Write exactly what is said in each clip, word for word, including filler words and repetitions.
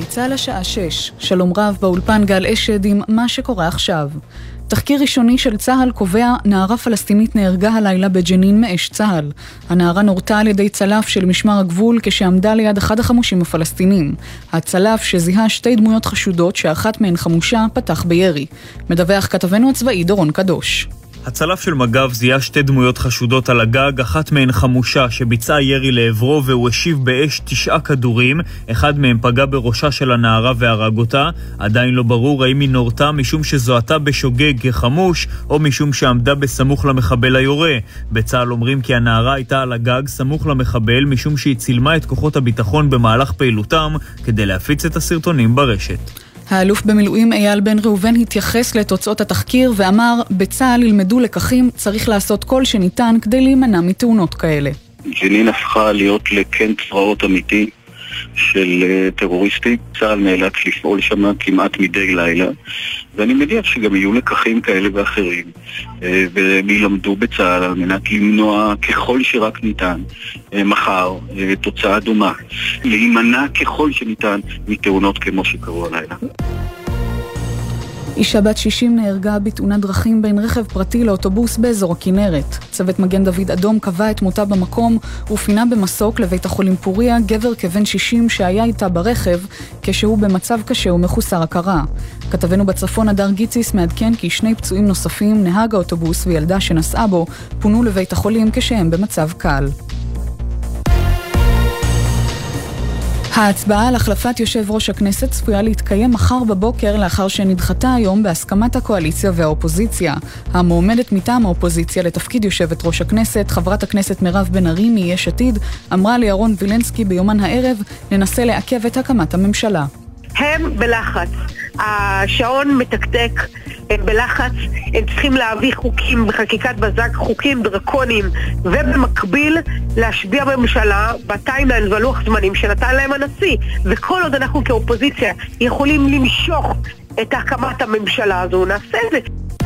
גלי צהל השעה שש. שלום רב, באולפן גל אשד עם מה שקורה עכשיו. תחקיר ראשוני של צהל קובע נערה פלסטינית נהרגה הלילה בג'נין מאש צהל. הנערה נורתה על ידי צלף של משמר הגבול כשעמדה ליד אחד החמושים הפלסטינים. הצלף שזיהה שתי דמויות חשודות שאחת מהן חמושה פתח בירי. מדווח כתבנו הצבאי דורון קדוש. הצלף של מג"ב זיהה שתי דמויות חשודות על הגג, אחת מהן חמושה שביצעה ירי לעברו והוא השיב באש תשעה כדורים, אחד מהם פגע בראשה של הנערה והרג אותה. עדיין לא ברור האם היא נורתה משום שזוהתה בשוגג כחמוש או משום שעמדה בסמוך למחבל היורה. בצה"ל אומרים כי הנערה הייתה על הגג סמוך למחבל משום שהיא צילמה את כוחות הביטחון במהלך פעילותם כדי להפיץ את הסרטונים ברשת. האלוף במילואים אייל בן ראובן התייחס לתוצאות התחקיר ואמר, בצה"ל ילמדו לקחים, צריך לעשות כל שניתן כדי להימנע מתאונות כאלה. ג'נין הפכה להיות לקן צבאות אמיתי של טרוריסטים. צה"ל נאלץ לפעול שם כמעט מדי לילה, ואני מניח שגם יהיו לקחים כאלה ואחרים, והם ילמדו בצה"ל על מנת למנוע ככל שרק ניתן מחר תוצאה דומה, להימנע ככל שניתן מתאונות כמו שקרו הלילה. אישה בת שישים נהרגה בתאונת דרכים בין רכב פרטי לאוטובוס באזור הכנרת. צוות מגן דוד אדום קבע את מותה במקום ופינה במסוק לבית החולים פוריה גבר כבן שישים שהיה איתה ברכב כשהוא במצב קשה ומחוסר הכרה. כתבנו בצפון הדר גיציס מעדכן כי שני פצועים נוספים, נהג האוטובוס וילדה שנסעה בו, פונו לבית החולים כשהם במצב קל. ההצבעה על החלפת יושב ראש הכנסת צפויה להתקיים מחר בבוקר לאחר שנדחתה היום בהסכמת הקואליציה והאופוזיציה. המועמדת מטעם האופוזיציה לתפקיד יושבת ראש הכנסת, חברת הכנסת מירב בן ארי מיש עתיד, אמרה לירון וילנסקי ביומן הערב, ננסה לעכב את הקמת הממשלה. הם בלחץ, השעון מתקתק, הם בלחץ, הם צריכים להביא חוקים בחקיקת בזק, חוקים דרקונים, ובמקביל להשביע בממשלה בטיימליין ולוח זמנים שנתן להם הנשיא. וכל עוד אנחנו כאופוזיציה יכולים למשוך את הקמת הממשלה הזו, נעשה את זה.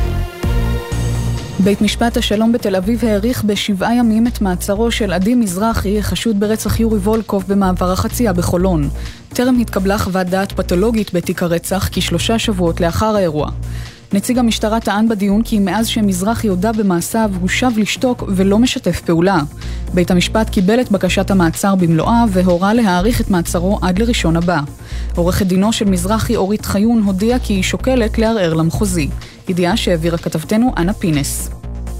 בית משפט השלום בתל אביב העריך בשבעה ימים את מעצרו של עדי מזרחי, חשוד ברצח יורי וולקוב במעבר החצייה בחולון. טרם התקבלה חוות דעת פתולוגית בתיק הרצח כשלושה שבועות לאחר האירוע. נציג המשטרה טען בדיון כי מאז שמזרחי הודע במעשיו הוא שב לשתוק ולא משתף פעולה. בית המשפט קיבל את בקשת המעצר במלואה והורה להאריך את מעצרו עד לראשון הבא. עורכת דינו של מזרחי אורית חיון הודיעה כי היא שוקלת לערער למחוזי. ידיעה שהעבירה כתבתנו אנה פינס.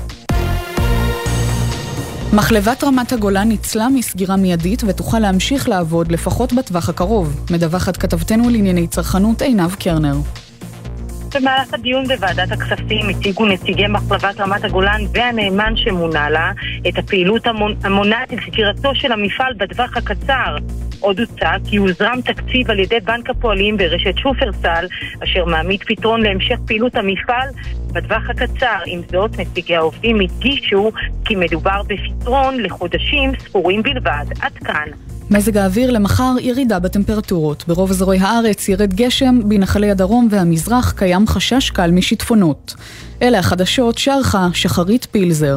מחלבת רמת הגולן ניצלה מסגירה מיידית ותוכל להמשיך לעבוד לפחות בטווח הקרוב. מדווחת כתבתנו לענייני צרכנות עינב קרנר. במהלך הדיון בוועדת הכספים הציגו נציגי מחלבת רמת הגולן והנאמן שמונה לה את הפעילות המונעת את סגירתו של המפעל בטווח הקצר. עוד הוצע כי הוזרם תקציב על ידי בנק הפועלים ברשת שופרסל, אשר מעמיד פתרון להמשך פעילות המפעל בטווח הקצר. עם זאת, נציגי העובדים הדגישו כי מדובר בפתרון לחודשים ספורים בלבד. עד כאן. מזג האוויר למחר ירידה בטמפרטורות. ברוב אזורי הארץ ירד גשם, בנחלי הדרום והמזרח קיים חשש קל משיטפונות. אלה החדשות, שרחה שחרית פילזר.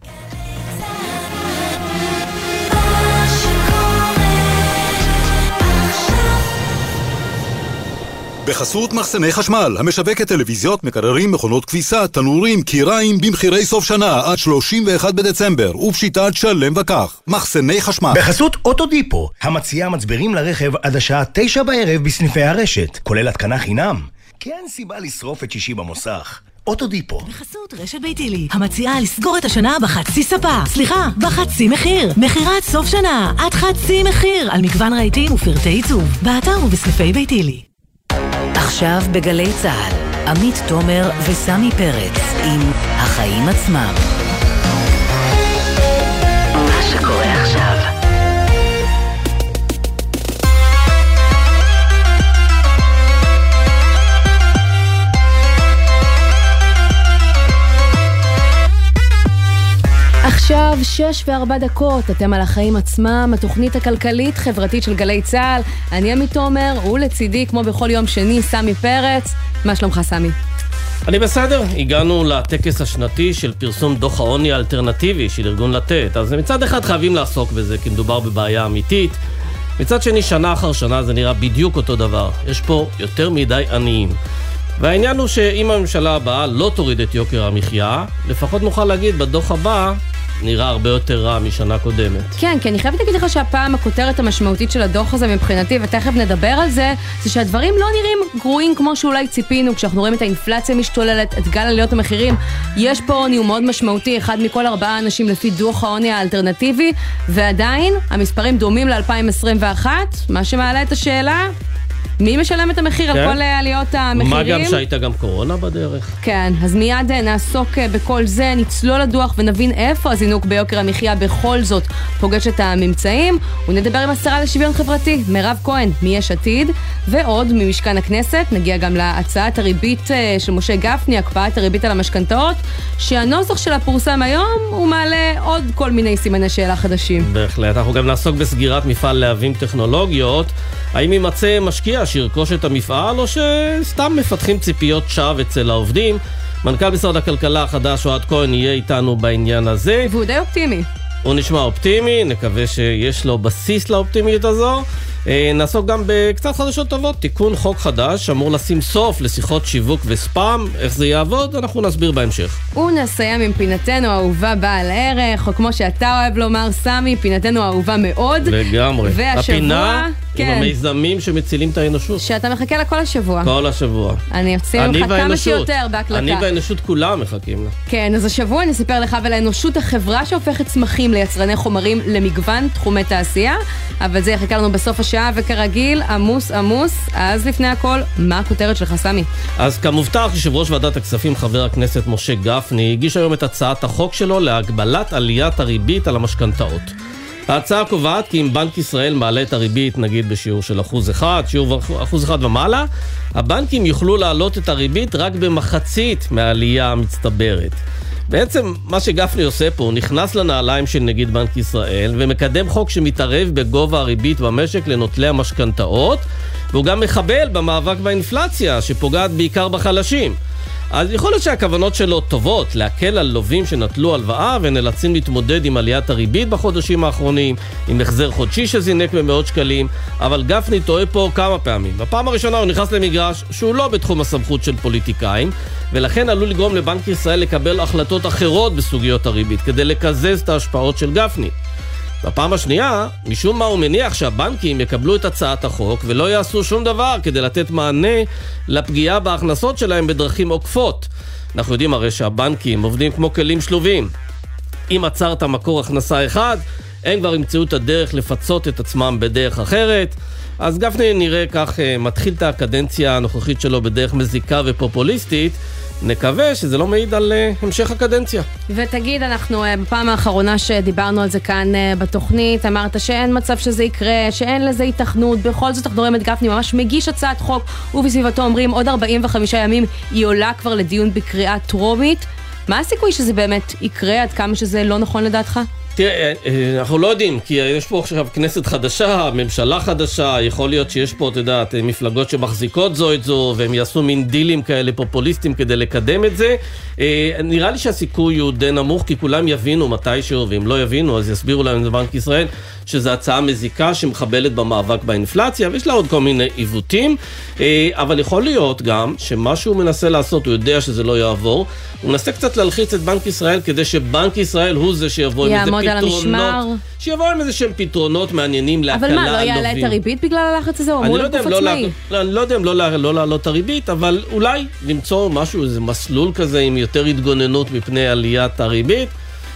בחסות מחסני חשמל, המשווקת טלוויזיות, מקררים, מכונות כביסה, תנורים, קיריים, במחירי סוף שנה עד שלושים ואחד בדצמבר, ופשיטת שלם וכך. מחסני חשמל. בחסות אוטודיפו, המציעה מצברים לרכב עד השעה תשע בערב בסניפי הרשת, כולל התקנה חינם. כי אין סיבה לשרוף את שישי במוסך. אוטודיפו. בחסות רשת ביתילי, המציעה לסגור את השנה בחצי ספה. סליחה, בחצי מחיר. מחירת סוף שנה עד חצי מחיר על מגוון רהיטים ופרטי עיצוב. באתר ובסניפי ביתילי. עכשיו בגלי צהל, עמית תומר וסמי פרץ עם החיים עצמם. מה שקורה עכשיו. עכשיו שש וארבע דקות, אתם על החיים עצמם, התוכנית הכלכלית חברתית של גלי צהל. אני עמית תומר, ולצידי כמו בכל יום שני סמי פרץ. מה שלומך סמי? אני בסדר, הגענו לטקס השנתי של פרסום דוח העוני האלטרנטיבי של ארגון לתת. אז מצד אחד חייבים לעסוק בזה כי מדובר בבעיה אמיתית. מצד שני, שנה אחר שנה זה נראה בדיוק אותו דבר. יש פה יותר מדי עניים. והעניין הוא שאם הממשלה הבאה לא תוריד את יוקר המחיה, לפחות נוכל להגיד בדוח הבא, נראה הרבה יותר רע משנה קודמת. כן, כי אני חייבת להגיד לך שהפעם הכותרת המשמעותית של הדוח הזה מבחינתי, ותכף נדבר על זה, זה שהדברים לא נראים גרועים כמו שאולי ציפינו, כשאנחנו רואים את האינפלציה משתוללת, את גל עליות המחירים. יש פה עוני, הוא מאוד משמעותי, אחד מכל ארבעה אנשים לפי דוח העוני האלטרנטיבי, ועדיין המספרים דומים ל-אלפיים עשרים ואחת, מה שמעלה את השאלה, מי משלם את המחיר כן? על כל עליות המחירים? מה גם שהייתה גם קורונה בדרך? כן, אז מיד נעסוק בכל זה, נצלול לדוח ונבין איפה הזינוק ביוקר המחיה בכל זאת פוגש את הממצאים, ונדבר עם השרה לשוויון חברתי, מירב כהן, מיש עתיד, ועוד ממשכן הכנסת, נגיע גם להצעת הריבית של משה גפני, הקפאת הריבית על המשכנתאות, שהנוסח שלה פורסם היום, הוא מעלה עוד כל מיני סימני שאלה חדשים. בהחלט, אנחנו גם נעסוק בסגירת מפעל להבים טכנולוגיות, האם יימצא משקיע שירכוש את המפעל, או שסתם מפתחים ציפיות שווא אצל העובדים. מנכ"ל משרד הכלכלה החדש, אוהד כהן, יהיה איתנו בעניין הזה. והוא די אופטימי. הוא נשמע אופטימי, נקווה שיש לו בסיס לאופטימיות הזו. נעסוק גם בקצת חדשות טובות, תיקון חוק חדש, אמור לשים סוף לשיחות שיווק וספאם, איך זה יעבוד, אנחנו נסביר בהמשך. ונסיים עם פינתנו האהובה בעל ערך, או כמו שאתה אוהב לומר, סמי, פינתנו האהובה מאוד. לגמרי. והשבוע, הפינה כן. עם המיזמים שמצילים את האנושות. שאתה מחכה לה כל השבוע. כל השבוע. אני אוציא ממך כמה שיותר בהקלטה. אני והאנושות כולם מחכים לה. כן, אז השבוע נספר לך ולאנושות החברה שהופכת צמחים ליצרני חומרים למגוון תחומי תעשייה, אבל זה יחכה לנו בסוף השעה, וכרגיל, עמוס עמוס. אז לפני הכל, מה הכותרת שלך, סמי? אז כמובטח, יושב ראש ועדת הכספים, חבר הכנסת משה גפני, הגיש היום את הצעת החוק שלו להגבלת עליית הריבית על המשכנתאות. ההצעה קובעת כי אם בנק ישראל מעלה את הריבית, נגיד בשיעור של אחוז אחד, שיעור אחוז אחד ומעלה, הבנקים יוכלו להעלות את הריבית רק במחצית מהעלייה המצטברת. בעצם מה שגפני עושה פה, הוא נכנס לנעליים של נגיד בנק ישראל, ומקדם חוק שמתערב בגובה הריבית במשק לנוטלי המשכנתאות, והוא גם מחבל במאבק באינפלציה, שפוגעת בעיקר בחלשים. אז יכול להיות שהכוונות שלו טובות, להקל על לווים שנטלו הלוואה ונאלצים להתמודד עם עליית הריבית בחודשים האחרונים, עם החזר חודשי שזינק במאות שקלים, אבל גפני טועה פה כמה פעמים. בפעם הראשונה הוא נכנס למגרש שהוא לא בתחום הסמכות של פוליטיקאים, ולכן עלול לגרום לבנק ישראל לקבל החלטות אחרות בסוגיות הריבית, כדי לקזז את ההשפעות של גפני. בפעם השנייה, משום מה הוא מניח שהבנקים יקבלו את הצעת החוק ולא יעשו שום דבר כדי לתת מענה לפגיעה בהכנסות שלהם בדרכים עוקפות. אנחנו יודעים הרי שהבנקים עובדים כמו כלים שלובים. אם עצרת מקור הכנסה אחד, הם כבר ימצאו את הדרך לפצות את עצמם בדרך אחרת. אז גפני נראה כך מתחיל את הקדנציה הנוכחית שלו בדרך מזיקה ופופוליסטית. נקווה שזה לא מעיד על uh, המשך הקדנציה. ותגיד, אנחנו uh, בפעם האחרונה שדיברנו על זה כאן uh, בתוכנית, אמרת שאין מצב שזה יקרה, שאין לזה התכנות, בכל זאת אנחנו רואים את גפני ממש מגיש הצעת חוק, ובסביבתו אומרים עוד ארבעים וחמישה ימים היא עולה כבר לדיון בקריאה טרומית. מה הסיכוי שזה באמת יקרה, עד כמה שזה לא נכון לדעתך? תראה, אנחנו לא יודעים, כי יש פה עכשיו כנסת חדשה, ממשלה חדשה, יכול להיות שיש פה, אתה יודעת, מפלגות שמחזיקות זו את זו, והם יעשו מין דילים כאלה פופוליסטיים כדי לקדם את זה. נראה לי שהסיכוי הוא די נמוך, כי כולם יבינו מתישהו, ואם לא יבינו, אז יסבירו להם בבנק ישראל, שזו הצעה מזיקה שמחבלת במאבק באינפלציה, ויש לה עוד כל מיני עיוותים, אבל יכול להיות גם שמה שהוא מנסה לעשות, הוא יודע שזה לא יעבור, הוא מנסה קצת להלחיץ את בנק ישראל, כדי שבנק ישראל הוא זה שיבוא עם איזה פתרונות, שיבוא עם איזה שהם פתרונות מעניינים להקלה על לווים. אבל מה, לא יעלה את הריבית בגלל הלחץ הזה? הוא אמור לגוף עצמאי. אני לא יודע אם לא להעלות את הריבית, אבל אולי למצוא משהו, איזה מסלול כזה עם יותר התגוננות מפני עליית הריבית,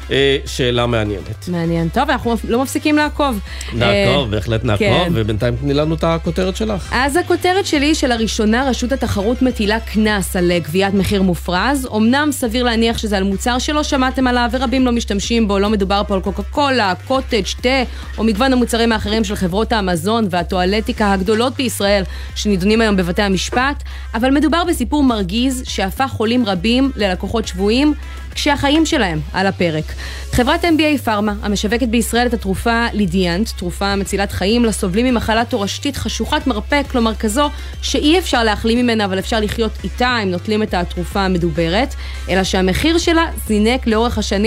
שאלה מעניינת. מעניין. טוב, אנחנו לא מפסיקים לעקוב. נעקוב, בהחלט נעקוב, ובינתיים תני לנו את הכותרת שלך. אז הכותרת שלי שלראשונה רשות התחרות מטילה קנס על גביית מחיר מופרז. אמנם סביר להניח שזה על מוצר שלא שמעתם עליו ורבים לא משתמשים בו, לא מדובר פה על קוקה קולה, קוטג', תה, או מגוון המוצרים האחרים של חברות האמזון והטואלטיקה הגדולות בישראל שנידונים היום בבתי המשפט, אבל מדובר בסיפור מרגיז שהפך חולים רבים ללקוחות שבויים כשהחיים שלהם על הפרק. חברת אם בי איי פארמה, המשווקת בישראל את התרופה לידיאנט, תרופה מצילת חיים לסובלים ממחלה תורשתית חשוכת מרפא, כלומר כזו שאי אפשר להחלים ממנה, אבל אפשר לחיות איתה אם נוטלים את התרופה המדוברת, אלא שהמחיר שלה זינק לאורך השנים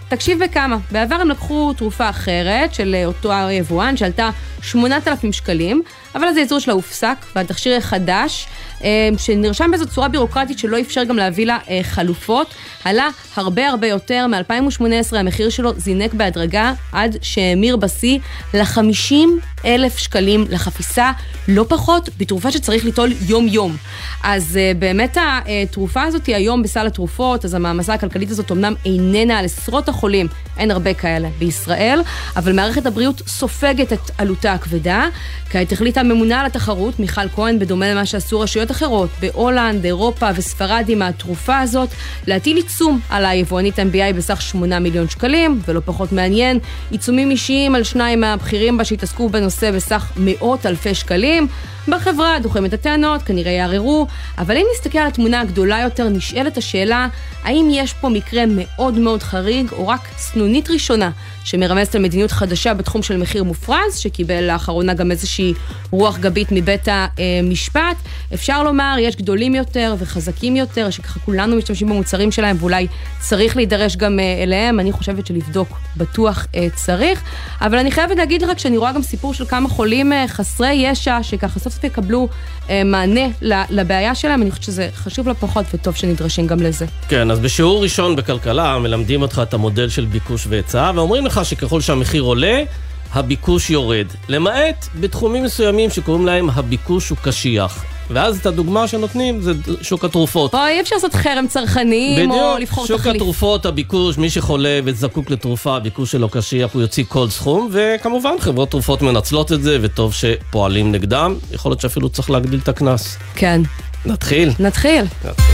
תקשיב בכמה. בעבר הם לקחו תרופה אחרת של אותו היבואן שעלתה שמונת אלפים שקלים, אבל אז הייצור שלה הופסק, והתכשיר החדש, שנרשם באיזו צורה בירוקרטית שלא אפשר גם להביא לה חלופות, עלה הרבה הרבה יותר. מ-אלפיים ושמונה עשרה המחיר שלו זינק בהדרגה עד שהאמיר בשיא ל-חמישים אלף שקלים לחפיסה, לא פחות, בתרופה שצריך ליטול יום יום. אז באמת התרופה הזאת היא היום בסל התרופות, אז המעמסה הכלכלית הזאת אמנם איננה על עשרות החולים, אין הרבה כאלה בישראל, אבל מערכת הבריאות סופגת את עלותה הכבדה. כעת החליטה הממונה על התחרות, מיכל כהן, בדומה למה שעשו רשויות אחרות, בהולנד, אירופה וספרד עם התרופה הזאת, להטיל עיצום על היבואנית אם בי איי בסך שמונה מיליון שקלים, ולא פחות מעניין, עיצומים אישיים על שניים מהבכירים בה שהתעסקו בנושא בסך מאות אלפי שקלים. בחברה דוחים את הטענות, כנראה יעררו, אבל אם נסתכל על התמונה הגדולה יותר, נשאלת השאלה, האם יש פה מקרה מאוד מאוד חריג, או רק סנונית ראשונה, שמרמזת על מדיניות חדשה בתחום של מחיר מופרז, שקיבל לאחרונה גם איזושהי רוח גבית מבית המשפט. אפשר לומר, יש גדולים יותר וחזקים יותר, שככה כולנו משתמשים במוצרים שלהם, ואולי צריך להידרש גם אליהם. אני חושבת שלבדוק בטוח צריך, אבל אני חייבת להגיד רק שאני רואה גם סיפור של כמה חולים חסרי ישע, שככה סוף סוף יקבלו מענה לבעיה שלהם. אני חושבת שזה חשוב לפחות וטוב שנדרשים גם לזה. כן, אז בשיעור ראשון בכלכלה מלמדים אותך את המודל של ביקוש והיצע, ואומרים לך שככל שהמחיר עולה, הביקוש יורד. למעט בתחומים מסוימים שקוראים להם הביקוש הוא קשיח. ואז את הדוגמה שנותנים זה שוק התרופות. או אי אפשר לעשות חרם צרכנים או לבחור תחליף. שוק התרופות, הביקוש, מי שחולה וזקוק לתרופה, הביקוש שלו קשיח, הוא יוציא כל סכום, וכמובן חברות תרופות מנצלות את זה, וטוב שפועלים נגדם. יכול להיות שאפילו צריך להגדיל את הכנס. כן. נתחיל. נתחיל. נתחיל.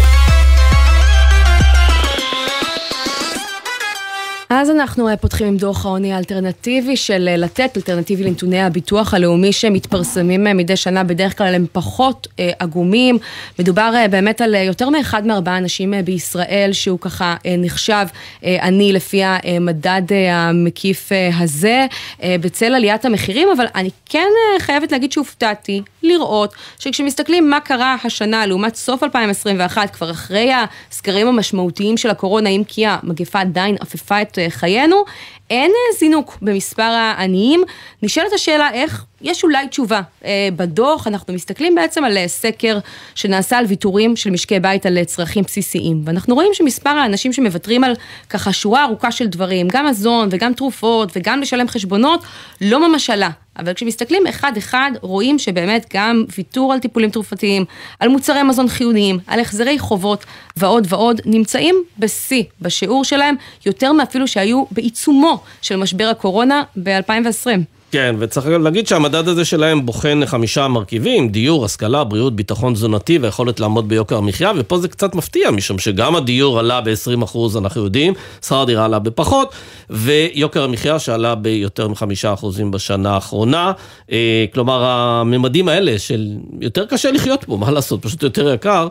אז אנחנו פותחים עם דוח העוני האלטרנטיבי של לתת, אלטרנטיבי לנתוני הביטוח הלאומי שמתפרסמים מדי שנה, בדרך כלל הם פחות עגומים. מדובר באמת על יותר מאחד מארבעה אנשים בישראל שהוא ככה נחשב עני לפי המדד המקיף הזה, בצל עליית המחירים, אבל אני כן חייבת להגיד שהופתעתי לראות שכשמסתכלים מה קרה השנה לעומת סוף אלפיים עשרים ואחת, כבר אחרי הסקרים המשמעותיים של הקורונה, אם כי המגפה עדיין אפפה את חיינו, אין זינוק במספר העניים. נשאלת השאלה איך, יש אולי תשובה. בדוח אנחנו מסתכלים בעצם על סקר שנעשה על ויתורים של משקי בית על צרכים בסיסיים, ואנחנו רואים שמספר האנשים שמוותרים על ככה שורה ארוכה של דברים, גם מזון וגם תרופות וגם לשלם חשבונות, לא ממש עלה. אבל כשמסתכלים אחד אחד, רואים שבאמת גם ויתור על טיפולים תרופתיים, על מוצרי מזון חיוניים, על החזרי חובות ועוד ועוד, נמצאים בשיא, בשיעור שלהם, יותר מאפילו שהיו בעיצומו של משבר הקורונה ב-אלפיים ועשרים. כן, וצריך להגיד שהמדד הזה שלהם בוחן חמישה מרכיבים, דיור, השכלה, בריאות, ביטחון תזונתי ויכולת לעמוד ביוקר המחיה, ופה זה קצת מפתיע, משום שגם הדיור עלה ב-עשרים אחוז, אנחנו יודעים, שכר הדירה עלה בפחות, ויוקר המחיה שעלה ביותר מ-חמישה אחוזים בשנה האחרונה, כלומר, הממדים האלה של יותר קשה לחיות פה, מה לעשות, פשוט יותר יקר,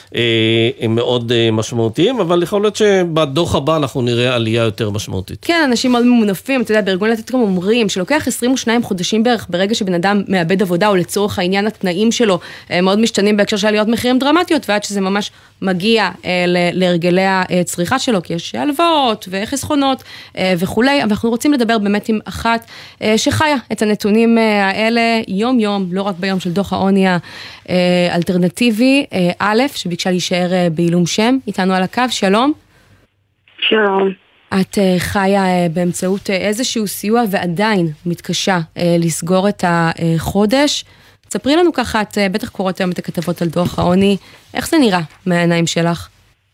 הם מאוד משמעותיים, אבל יכול להיות שבדוח הבא אנחנו נראה עלייה יותר משמעותית. כן, אנשים מאוד ממונפים, אתה יודע, בארגון לתת גם אומרים שלוקח עשרים ושניים חודשים בערך ברגע שבן אדם מאבד עבודה, או לצורך העניין התנאים שלו מאוד משתנים בהקשר של עליות מחירים דרמטיות, ועד שזה ממש מגיע להרגלי הצריכה שלו, כי יש הלוואות וחסכונות וכולי, אבל אנחנו רוצים לדבר באמת עם אחת שחיה את הנתונים האלה יום יום, לא רק ביום של דוח העוני האלטרנטיבי. א', שביקשה להישאר בעילום שם, איתנו על הקו, שלום. שלום. את חיה באמצעות איזשהו סיוע ועדיין מתקשה לסגור את החודש. תספרי לנו ככה, את בטח קוראת היום את הכתבות על דוח העוני, איך זה נראה מהעיניים שלך?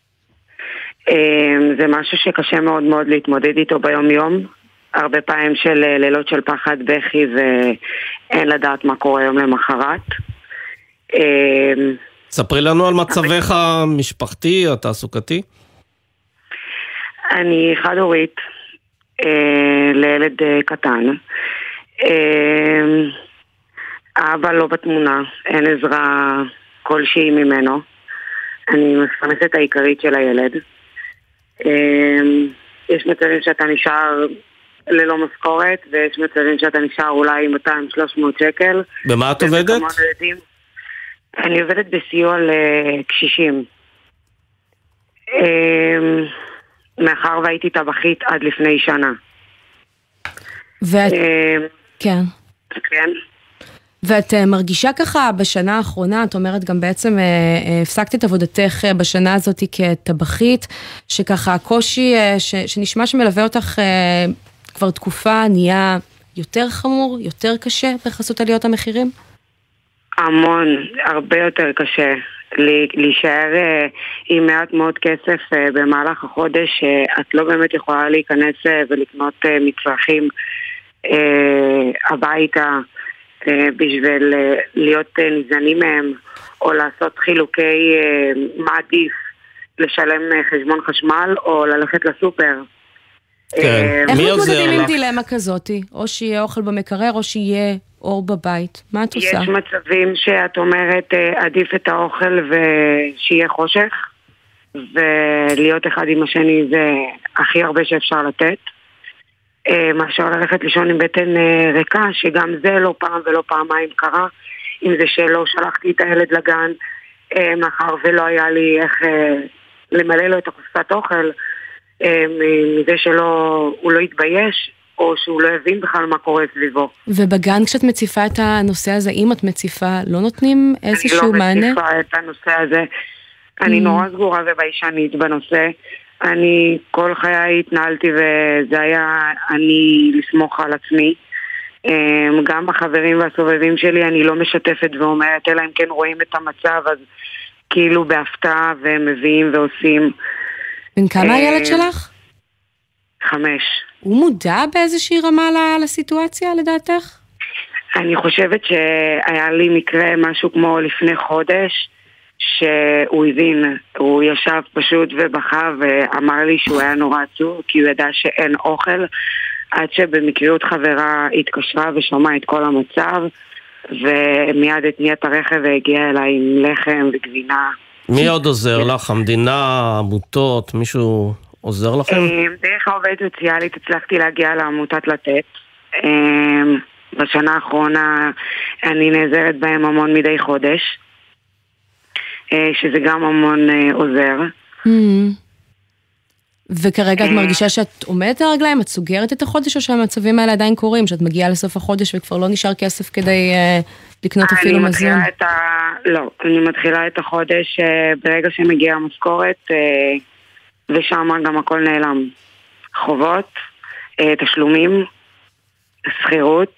זה משהו שקשה מאוד מאוד להתמודד איתו ביום יום. הרבה פעמים של לילות של פחד בכי ואין לדעת מה קורה יום למחרת. ספרי לנו על מצבך המשפחתי, התעסוקתי. אני חד הורית אה, לילד אה, קטן. אה, האבא לא בתמונה, אין עזרה כלשהי ממנו. אני מפרנסת העיקרית של הילד. אה, יש מצבים שאתה נשאר ללא משכורת, ויש מצבים שאתה נשאר אולי מאתיים שלוש מאות שקל. במה את עובדת? אני עובדת בסיוע לקשישים. מאחר מאחר והייתי טבחית עד לפני שנה. ואת... אה, כן. כן. ואת uh, מרגישה ככה בשנה האחרונה, את אומרת גם בעצם uh, uh, הפסקת את עבודתך uh, בשנה הזאת כטבחית, שככה הקושי uh, ש, שנשמע שמלווה אותך uh, כבר תקופה נהיה יותר חמור, יותר קשה בחסות עליות המחירים? המון, הרבה יותר קשה. להישאר uh, עם מעט מאוד כסף uh, במהלך החודש, uh, את לא באמת יכולה להיכנס uh, ולקנות uh, מצרכים uh, הביתה, בשביל להיות נזנים מהם, או לעשות חילוקי מה עדיף, לשלם חשבון חשמל, או ללכת לסופר. כן, איך מי עוזר מתמודדים עם לך? דילמה כזאת? או שיהיה אוכל במקרר, או שיהיה אור בבית? מה את עושה? יש מצבים שאת אומרת, עדיף את האוכל ושיהיה חושך, ולהיות אחד עם השני זה הכי הרבה שאפשר לתת. מאשר ללכת לישון עם בטן ריקה, שגם זה לא פעם ולא פעמיים קרה, אם זה שלא שלחתי את הילד לגן, מאחר ולא היה לי איך למלא לו את הקופסת אוכל, מזה שהוא לא התבייש, או שהוא לא הבין בכלל מה קורה סביבו. ובגן כשאת מציפה את הנושא הזה, אם את מציפה, לא נותנים איזשהו מענה? אני לא מציפה את הנושא הזה. אני נורא סגורה וביישנית בנושא. אני כל חיי התנהלתי וזה היה אני לסמוך על עצמי. גם החברים והסובבים שלי אני לא משתפת ואומרת, אלא אם כן רואים את המצב, אז כאילו בהפתעה והם מביאים ועושים. בן כמה הילד שלך? חמש. הוא מודע באיזושהי רמה לסיטואציה לדעתך? אני חושבת שהיה לי מקרה משהו כמו לפני חודש, שהוא הבין, הוא ישב פשוט ובכה ואמר לי שהוא היה נורא עצוב כי הוא ידע שאין אוכל, עד שבמקריות חברה התקשרה ושמעה את כל המצב ומיד התניע את הרכב והגיע אליי עם לחם וגבינה. מי עוד עוזר לך? המדינה, עמותות, מישהו עוזר לכם? דרך העובדת סוציאלית הצלחתי להגיע לעמותת לתת. בשנה האחרונה אני נעזרת בהם המון מדי חודש, שזה גם המון עוזר. וכרגע את מרגישה שאת עומדת הרגליים, את סוגרת את החודש, או שהמצבים האלה עדיין קורים, שאת מגיעה לסוף החודש וכבר לא נשאר כסף כדי לקנות אפילו מזון? לא, אני מתחילה את החודש ברגע שמגיעה המשכורת, ושם גם הכל נעלם. חובות, תשלומים, שכירות.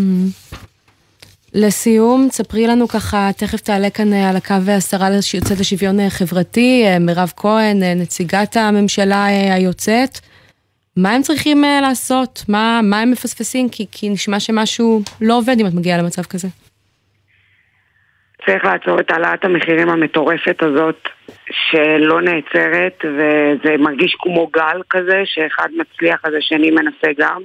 לסיום, תספרי לנו ככה, תכף תעלה כאן על הקו השרה שיוצאת לשוויון חברתי, מירב כהן, נציגת הממשלה היוצאת. מה הם צריכים לעשות? מה, מה הם מפספסים? כי, כי נשמע שמשהו לא עובד אם את מגיעה למצב כזה. צריך לעצור את העלאת המחירים המטורפת הזאת, שלא נעצרת, וזה מרגיש כמו גל כזה, שאחד מצליח אז השני מנסה גם.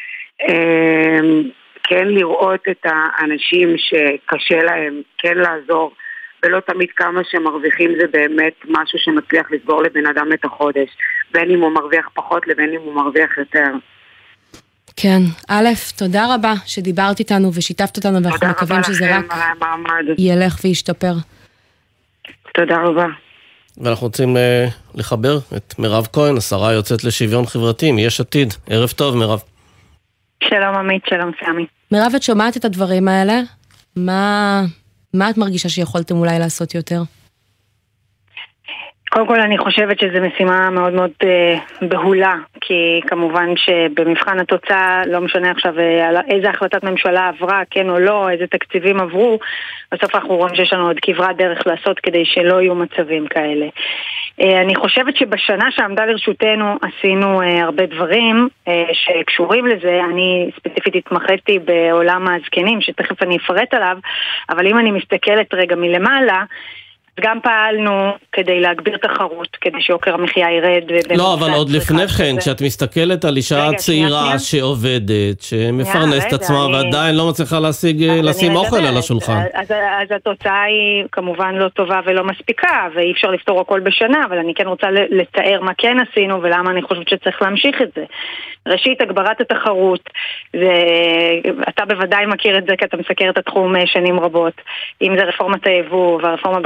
כן לראות את האנשים שקשה להם, כן לעזור, ולא תמיד כמה שמרוויחים זה באמת משהו שמצליח לסגור לבן אדם את החודש, בין אם הוא מרוויח פחות לבין אם הוא מרוויח יותר. כן, א', תודה רבה שדיברת איתנו ושיתפת אותנו, ואנחנו מקווים שזה רק ילך וישתפר. תודה רבה. ואנחנו רוצים uh, לחבר את מירב כהן, השרה יוצאת לשוויון חברתי, מיש עתיד. ערב טוב, מירב. שלום עמית, שלום סמי. מירב, את שומעת את הדברים האלה? מה, מה את מרגישה שיכולתם אולי לעשות יותר? קודם כל אני חושבת שזו משימה מאוד מאוד אה, בהולה, כי כמובן שבמבחן התוצאה לא משנה עכשיו אה, איזה החלטת ממשלה עברה, כן או לא, איזה תקציבים עברו, בסוף אנחנו רואים שיש לנו עוד כברת דרך לעשות כדי שלא יהיו מצבים כאלה. אה, אני חושבת שבשנה שעמדה לרשותנו עשינו אה, הרבה דברים אה, שקשורים לזה. אני ספציפית התמחיתי בעולם הזקנים, שתכף אני אפרט עליו, אבל אם אני מסתכלת רגע מלמעלה, גם פעלנו כדי להגביר תחרות, כדי שיוקר המחיה ירד. לא, אבל עוד לפני כן, כשאת מסתכלת על אישה צעירה שעובדת, שמפרנסת עצמה, ועדיין לא מצליחה לשים אוכל על השולחן. אז התוצאה היא כמובן לא טובה ולא מספיקה, ואי אפשר לפתור הכל בשנה, אבל אני כן רוצה לתאר מה כן עשינו, ולמה אני חושבת שצריך להמשיך את זה. ראשית, הגברת התחרות, אתה בוודאי מכיר את זה, כי אתה מסקר את התחום שנים רבות, אם זה רפורמת היבוא והרפורמה בחקלאות,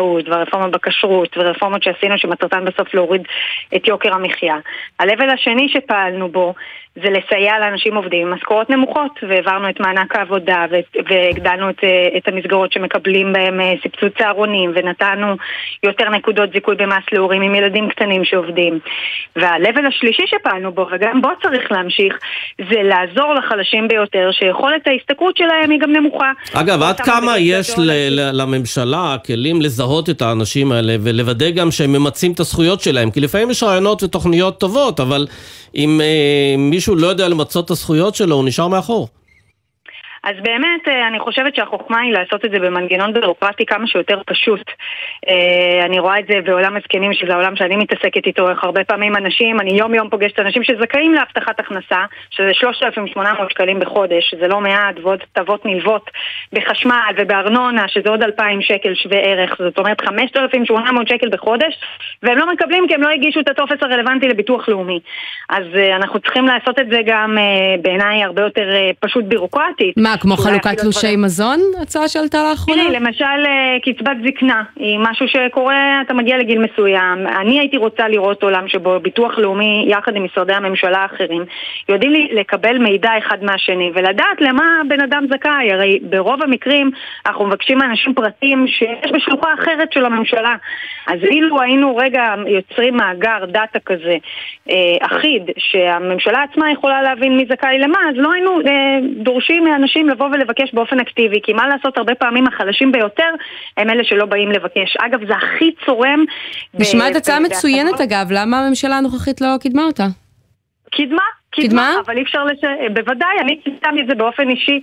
בחקלאות, והרפורמה בכשרות, ורפורמות שעשינו שמטרתן בסוף להוריד את יוקר המחיה. הלבל השני שפעלנו בו, זה לסייע לאנשים עובדים עם משכורות נמוכות, והעברנו את מענק העבודה, והגדלנו את, את המסגרות שמקבלים בהם סבסוד צהרונים, ונתנו יותר נקודות זיכוי במס להורים עם ילדים קטנים שעובדים. והלבל השלישי שפעלנו בו, וגם בו צריך להמשיך, זה לעזור לחלשים ביותר, שיכולת ההסתכרות שלהם היא גם נמוכה. אגב, עד כמה יש ל- לממשלה כלים לזהות את האנשים האלה, ולוודא גם שהם ממצים את הזכויות שלהם? כי לפעמים יש רעיונות ותוכניות טובות, אבל אם אה, מישהו לא יודע למצות את הזכויות שלו, הוא נשאר מאחור. אז באמת אני חושבת שהחוכמה היא לעשות את זה במנגנון בירוקרטי כמה שיותר פשוט. אני רואה את זה בעולם הזקנים, שזה העולם שאני מתעסקת איתו, איך הרבה פעמים אנשים, אני יום יום פוגשת אנשים שזכאים להבטחת הכנסה, שזה שלושת אלפים ושמונה מאות שקלים בחודש, שזה לא מעט, ועוד טבות נלוות בחשמל ובארנונה, שזה עוד אלפיים שקל שווה ערך, זאת אומרת חמשת אלפים ושמונה מאות שקל בחודש, והם לא מקבלים כי הם לא הגישו את הטופס הרלוונטי לביטוח לאומי. אז אנחנו צריכים לעשות את זה גם בעיניי הרבה יותר פשוט בירוקרטית. מה, כמו חלוקת תלושי מזון? הצעה שעלתה לאחרונה? תראי, למשל קצבת זקנה היא משהו שקורה, אתה מגיע לגיל מסוים. אני הייתי רוצה לראות עולם שבו ביטוח לאומי יחד עם משרדי הממשלה האחרים יודעים לי לקבל מידע אחד מהשני ולדעת למה בן אדם זכאי. הרי ברוב המקרים אנחנו מבקשים מאנשים פרטים שיש בשלוחה אחרת של הממשלה. אז אילו היינו רגע יוצרים מאגר דאטה כזה אה, אחיד שהממשלה עצמה יכולה להבין מי זכאי למה, אז לא היינו אה, דורשים מאנשים לבוא ולבקש באופן אקטיבי, כי מה לעשות, הרבה פעמים החלשים ביותר הם אלה שלא באים לבקש. אגב, זה הכי צורם. נשמעת הצעה מצוינת אגב, למה הממשלה הנוכחית לא קידמה אותה? קידמה? קידמה? אבל אי אפשר לש... בוודאי, אני קידמתי את זה באופן אישי.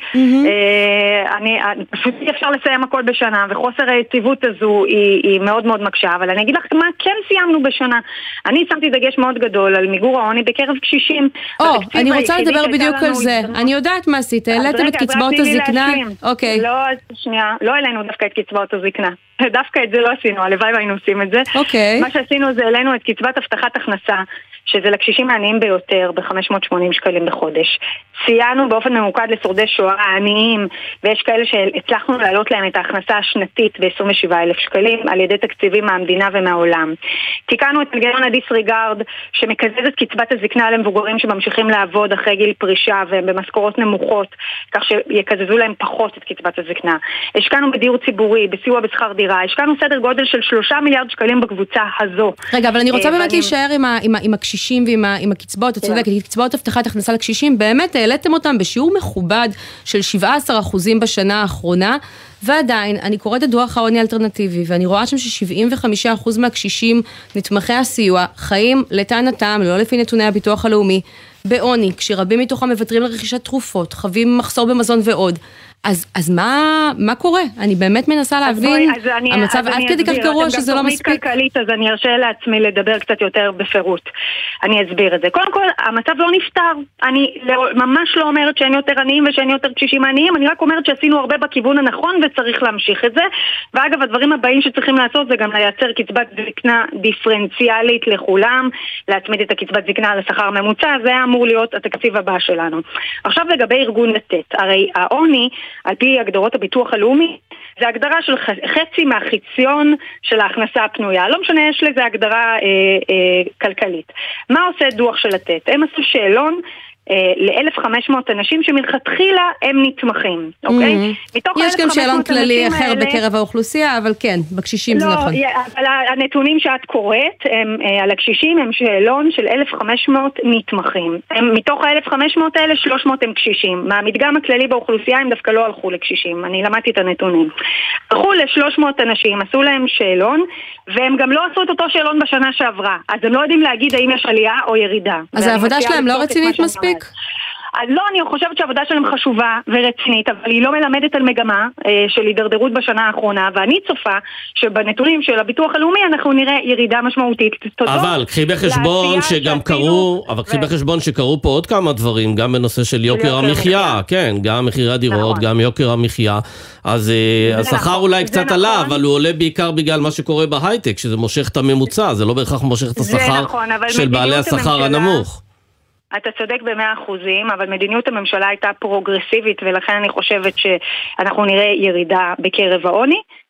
אני פשוט אי אפשר לסיים הכל בשנה, וחוסר היציבות הזו היא, היא מאוד מאוד מקשה, אבל אני אגיד לך מה כן סיימנו בשנה. אני שמתי דגש מאוד גדול על מיגור העוני בקרב קשישים. או, אני רוצה לדבר בדיוק על זה. אני יודעת מה עשית, העליתם את קצבאות הזקנה. אוקיי. לא, שנייה, לא העלינו דווקא את קצבאות הזקנה. דווקא את זה לא עשינו, הלוואי והיינו עושים את זה. אוקיי. מה שעשינו זה העלינו את קצבת הבטחת הכנסה, שזה לקשישים העניים ביותר ב-חמש מאות ושמונים שקלים בחודש. סייענו באופן ממוקד לשורדי שואה העניים, ויש כאלה שהצלחנו להעלות להם את ההכנסה השנתית ב-עשרים ושבעה אלף שקלים על ידי תקציבים מהמדינה ומהעולם. תיקנו את מנגנון הדיסריגרד שמקזז את קצבת הזקנה למבוגרים שממשיכים לעבוד אחרי גיל פרישה והם במשכורות נמוכות, כך שיקזזו להם פחות את קצבת הזקנה. השקענו בדיור ציבורי, בסיוע בשכר דירה, השקענו סדר גודל של שלושה מיליארד שקלים בקבוצה הזו. רגע, אבל אני רוצה באמת להישאר עם ה- עם ה- עם הקשישים ועם ה- עם הקצבאות, אתה צודק, קצבאות הבטחת הכנסה לקשישים, באמת העליתם אותם בשיעור מכובד של שבעה עשר אחוזים בשנה האחרונה, ועדיין, אני קוראת את דוח העוני האלטרנטיבי, ואני רואה שם ש-שבעים וחמישה אחוז מהקשישים נתמכי הסיוע חיים לטענתם, לא לפי נתוני הביטוח הלאומי, בעוני, כשרבים מתוכם מוותרים לרכישת תרופות, חווים מחסור במזון ועוד. אז, אז מה, מה קורה? אני באמת מנסה להבין, אז אני, המצב אז עד אני כדי כך אסביר, גרוע שזה לא מספיק. תוכנית כלכלית, אז אני ארשה לעצמי לדבר קצת יותר בפירוט. אני אסביר את זה. קודם כל, המצב לא נפטר. אני ממש לא אומרת שאין יותר עניים ושאין יותר קשישים עניים, אני רק אומרת שעשינו הרבה בכיוון הנכון וצריך להמשיך את זה. ואגב, הדברים הבאים שצריכים לעשות זה גם לייצר קצבת זקנה דיפרנציאלית לכולם, להצמיד את הקצבת זקנה על השכר הממוצע, זה אמור להיות התקציב הבא שלנו. עכשיו לגבי ארגון לתת, הרי העוני על פי הגדרות הביטוח הלאומי, זה הגדרה של חצי מהחיציון של ההכנסה הפנויה. לא משנה, יש לזה הגדרה אה, אה, כלכלית. מה עושה דוח של לתת? הם עשו שאלון ל-אלף וחמש מאות אנשים שמלכתחילה הם נתמכים, אוקיי? יש גם שאלון כללי אחר בקרב האוכלוסייה, אבל כן, בקשישים זה נכון. לא, אבל הנתונים שאת קוראת על הקשישים הם שאלון של אלף וחמש מאות נתמכים. מתוך ה-אלף וחמש מאות האלה, שלוש מאות הם קשישים. מהמדגם הכללי באוכלוסייה הם דווקא לא הלכו לקשישים. אני למדתי את הנתונים. הלכו ל-שלוש מאות אנשים, עשו להם שאלון, והם גם לא עשו את אותו שאלון בשנה שעברה. אז הם לא יודעים להגיד האם יש עלייה או ירידה. אז העבודה שלהם לא רצינית מספיק? אז לא, אני חושבת שהעבודה שלהם חשובה ורצינית, אבל היא לא מלמדת על מגמה אה, של הידרדרות בשנה האחרונה, ואני צופה שבנתונים של הביטוח הלאומי אנחנו נראה ירידה משמעותית. אבל קחי בחשבון שגם קראו, אבל קחי בחשבון שקראו פה עוד כמה דברים, גם בנושא של יוקר המחיה, כן, גם מחירי הדירות, גם יוקר המחיה, אז השכר אולי קצת עלה, אבל הוא עולה בעיקר בגלל מה שקורה בהייטק, שזה מושך את הממוצע, זה לא בהכרח מושך את השכר של בעלי השכר הנמוך. אתה צודק במאה אחוזים, אבל מדיניות הממשלה הייתה פרוגרסיבית, ולכן אני חושבת שאנחנו נראה ירידה בקרב העוני,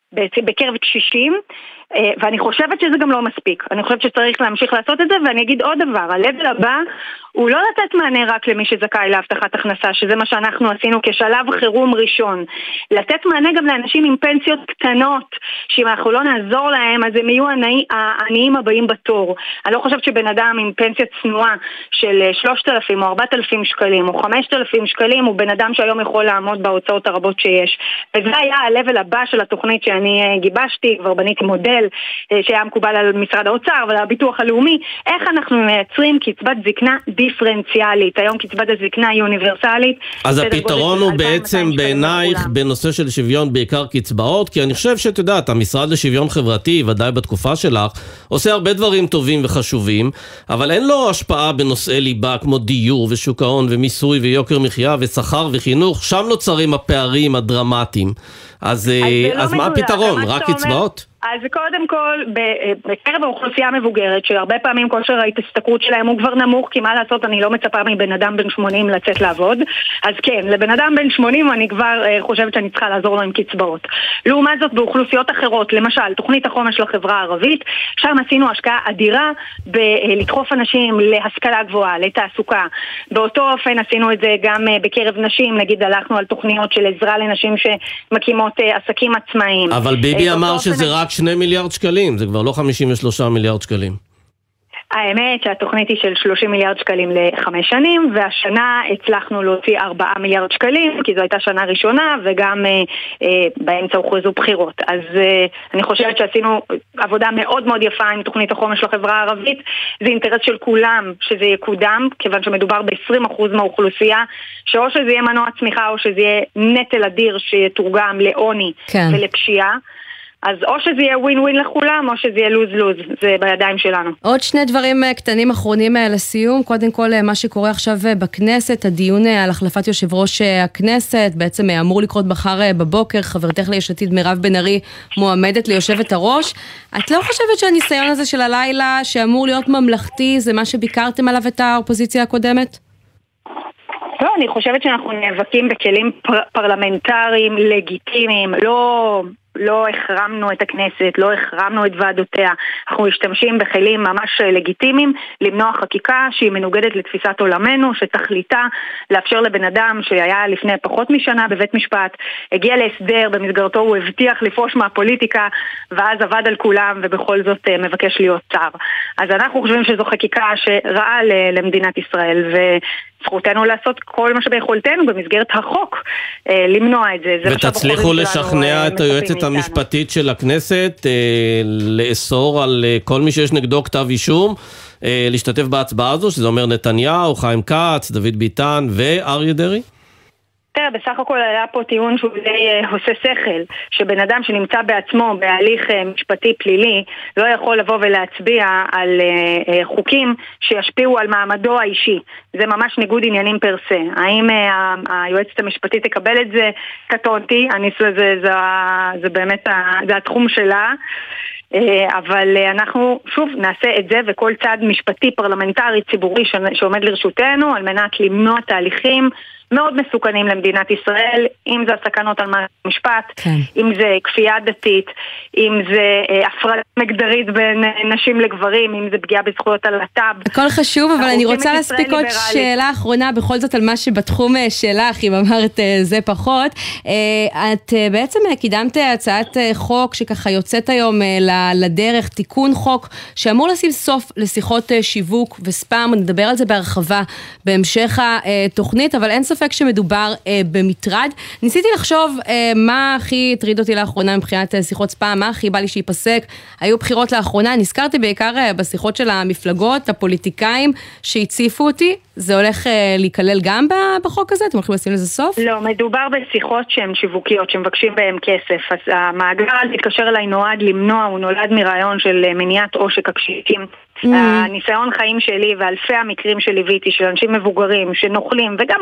בקרב קשישים, ואני חושבת שזה גם לא מספיק. אני חושבת שצריך להמשיך לעשות את זה, ואני אגיד עוד דבר, הלבל הבא הוא לא לתת מענה רק למי שזכאי להבטחת הכנסה, שזה מה שאנחנו עשינו כשלב חירום ראשון. לתת מענה גם לאנשים עם פנסיות קטנות, שאם אנחנו לא נעזור להם, אז הם יהיו העניים הבאים בתור. אני לא חושבת שבן אדם עם פנסיה צנועה של שלושת אלפים או ארבעת אלפים שקלים או חמשת אלפים שקלים, הוא בן אדם שהיום יכול לעמוד בהוצאות הרבות שיש. וזה היה הלבל הבא של התוכנית שאני גיבשתי, כבר בניתי מודל שהיה מקובל על משרד האוצר ועל הביטוח הלאומי, איך אנחנו מייצרים קצבת זקנה דיפרנציאלית. היום קצבת הזקנה היא אוניברסלית. אז הפתרון הוא בעצם בעינייך בנושא של שוויון בעיקר קצבאות, כי אני חושב שאת יודעת, המשרד לשוויון חברתי, ודאי בתקופה שלך, עושה הרבה דברים טובים וחשובים, אבל אין לו השפעה בנושאי ליבה כמו דיור ושוק ההון ומיסוי ויוקר מחיה ושכר וחינוך, שם נוצרים הפערים הדרמטיים. אז, אז, אז מה הפתרון? רק קצבאות? אז קודם כל, בקרב האוכלוסייה המבוגרת, שהרבה פעמים כושר ההשתכרות שלהם הוא כבר נמוך, כי מה לעשות, אני לא מצפה מבן אדם בן שמונים לצאת לעבוד, אז כן, לבן אדם בן שמונים אני כבר חושבת שאני צריכה לעזור לו עם קצבאות. לעומת זאת, באוכלוסיות אחרות, למשל, תוכנית החומש לחברה הערבית, שם עשינו השקעה אדירה בלדחוף אנשים להשכלה גבוהה, לתעסוקה. באותו אופן עשינו את זה גם בקרב נשים, נגיד הלכנו על תוכניות של עזרה לנשים שמקימות עסקים עצמאיים. אבל ביבי אמר שזה רק שני מיליארד שקלים, זה כבר לא חמישים ושלושה מיליארד שקלים. האמת שהתוכנית היא של שלושים מיליארד שקלים לחמש שנים, והשנה הצלחנו להוציא ארבעה מיליארד שקלים, כי זו הייתה שנה ראשונה, וגם אה, אה, באמצע הוכרזו בחירות. אז אה, אני חושבת שעשינו עבודה מאוד מאוד יפה עם תוכנית החומש לחברה הערבית. זה אינטרס של כולם שזה יקודם, כיוון שמדובר ב-עשרים אחוז מהאוכלוסייה, שאו שזה יהיה מנוע צמיחה, או שזה יהיה נטל אדיר שיתורגם לעוני כן. ולפשיעה. אז או שזה יהיה ווין ווין לכולם, או שזה יהיה לוז לוז, זה בידיים שלנו. עוד שני דברים קטנים אחרונים לסיום, קודם כל מה שקורה עכשיו בכנסת, הדיון על החלפת יושב ראש הכנסת, בעצם אמור לקרות מחר בבוקר, חברתך ליש עתיד מירב בן ארי מועמדת ליושבת הראש, את לא חושבת שהניסיון הזה של הלילה, שאמור להיות ממלכתי, זה מה שביקרתם עליו את האופוזיציה הקודמת? לא, אני חושבת שאנחנו נאבקים בכלים פר- פרלמנטריים לגיטימיים, לא... לא החרמנו את הכנסת, לא החרמנו את ועדותיה. אנחנו משתמשים בכלים ממש לגיטימיים למנוע חקיקה שהיא מנוגדת לתפיסת עולמנו, שתכליתה לאפשר לבן אדם שהיה לפני פחות משנה בבית משפט, הגיע להסדר, במסגרתו הוא הבטיח לפרוש מהפוליטיקה, ואז עבד על כולם ובכל זאת מבקש להיות שר. אז אנחנו חושבים שזו חקיקה שרעה למדינת ישראל, וזכותנו לעשות כל מה שביכולתנו במסגרת החוק למנוע את זה. ותצליחו לשכנע את היועצת המשפטית של הכנסת אה, לאסור על אה, כל מי שיש נגדו כתב אישום אה, להשתתף בהצבעה הזו, שזה אומר נתניהו, חיים כץ, דוד ביטן ואריה דרעי? תראה, בסך הכל היה פה טיעון שהוא די עושה שכל, שבן אדם שנמצא בעצמו בהליך משפטי פלילי לא יכול לבוא ולהצביע על חוקים שישפיעו על מעמדו האישי. זה ממש ניגוד עניינים פרסה. האם היועצת המשפטית תקבל את זה? קטונתי, אני זה, זה, זה, זה באמת זה התחום שלה. אבל אנחנו שוב נעשה את זה וכל צעד משפטי פרלמנטרי ציבורי שעומד לרשותנו על מנת למנוע תהליכים מאוד מסוכנים למדינת ישראל, אם זה הסכנות על משפט, כן. אם זה כפייה דתית, אם זה הפרדה מגדרית בין נשים לגברים, אם זה פגיעה בזכויות הלהט"ב. הכל חשוב, אבל אני רוצה להספיק עוד שאלה אחרונה, בכל זאת על מה שבתחום שלך, אם אמרת זה פחות. את בעצם קידמת הצעת חוק שככה יוצאת היום לדרך, תיקון חוק שאמור לשים סוף לשיחות שיווק וספאם, נדבר על זה בהרחבה בהמשך התוכנית, אבל אין ספק שמדובר אה, במטרד. ניסיתי לחשוב אה, מה הכי הטריד אותי לאחרונה מבחינת אה, שיחות ספאם, מה הכי בא לי שיפסק. היו בחירות לאחרונה, נזכרתי בעיקר אה, בשיחות של המפלגות, הפוליטיקאים שהציפו אותי. זה הולך אה, להיכלל גם בחוק הזה? אתם הולכים לשים לזה סוף? לא, מדובר בשיחות שהן שיווקיות, שמבקשים בהן כסף. אז המאגר להתקשר אליי נועד למנוע, הוא נולד מרעיון של מניעת עושק הקשישים. הניסיון חיים שלי ואלפי המקרים שליוויתי של אנשים מבוגרים שנוכלים וגם חברות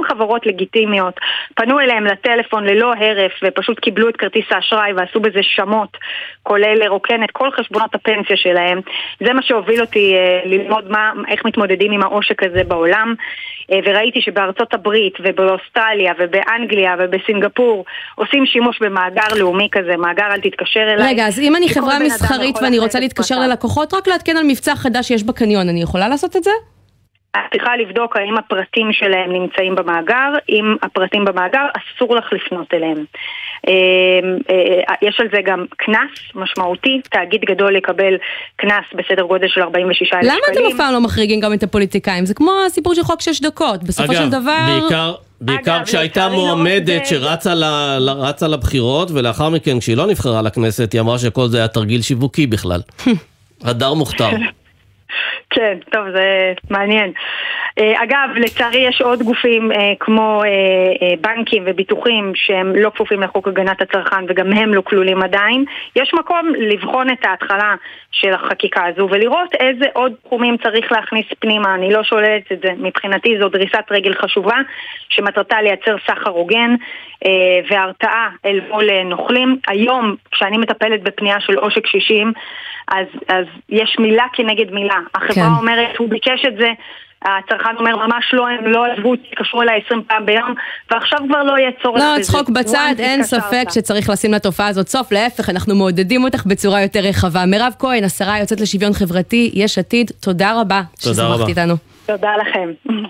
סיבות לגיטימיות, פנו אליהם לטלפון ללא הרף ופשוט קיבלו את כרטיס האשראי ועשו בזה שמות, כולל לרוקן את כל חשבונות הפנסיה שלהם. זה מה שהוביל אותי ללמוד מה, איך מתמודדים עם העושק הזה בעולם, וראיתי שבארצות הברית ובאוסטרליה ובאנגליה ובסינגפור עושים שימוש במאגר לאומי כזה, מאגר אל תתקשר אליי. רגע, אז אם אני חברה מסחרית ואני רוצה להתקשר ללקוחות, רק לעדכן על מבצע חדש שיש בקניון, אני יכולה לעשות את זה? את צריכה לבדוק האם הפרטים שלהם נמצאים במאגר. אם הפרטים במאגר, אסור לך לפנות אליהם. יש על זה גם כנס משמעותי, תאגיד גדול לקבל כנס בסדר גודל של ארבעים ושישה אלף שקלים. למה אתם אף פעם לא מחריגים גם את הפוליטיקאים? זה כמו הסיפור של חוק שש דקות. בסופו של דבר... בעיקר... בעיקר כשהייתה מועמדת שרצה לבחירות, ולאחר מכן כשהיא לא נבחרה לכנסת, היא אמרה שכל זה היה תרגיל שיווקי בכלל. הדר מוכתר. כן, טוב, זה מעניין. אגב, לצערי יש עוד גופים כמו בנקים וביטוחים שהם לא כפופים לחוק הגנת הצרכן וגם הם לא כלולים עדיין. יש מקום לבחון את ההתחלה של החקיקה הזו ולראות איזה עוד תחומים צריך להכניס פנימה. אני לא שוללת את זה. מבחינתי זו דריסת רגל חשובה שמטרתה לייצר סחר הוגן והרתעה אל מול נוכלים. היום, כשאני מטפלת בפנייה של עושק קשישים, אז, אז יש מילה כנגד מילה. החברה כן. אומרת, הוא ביקש את זה, הצרכן אומר, ממש לא, הם לא עזבו, תקשרו אליי עשרים פעם ביום, ועכשיו כבר לא יהיה צורך לא, בזה. לא, צחוק בצד, אין ספק שצריך לשים לתופעה הזאת סוף, להפך, אנחנו מעודדים אותך בצורה יותר רחבה. מירב כהן, השרה יוצאת לשוויון חברתי, יש עתיד, תודה רבה ששמחת איתנו. תודה לכם.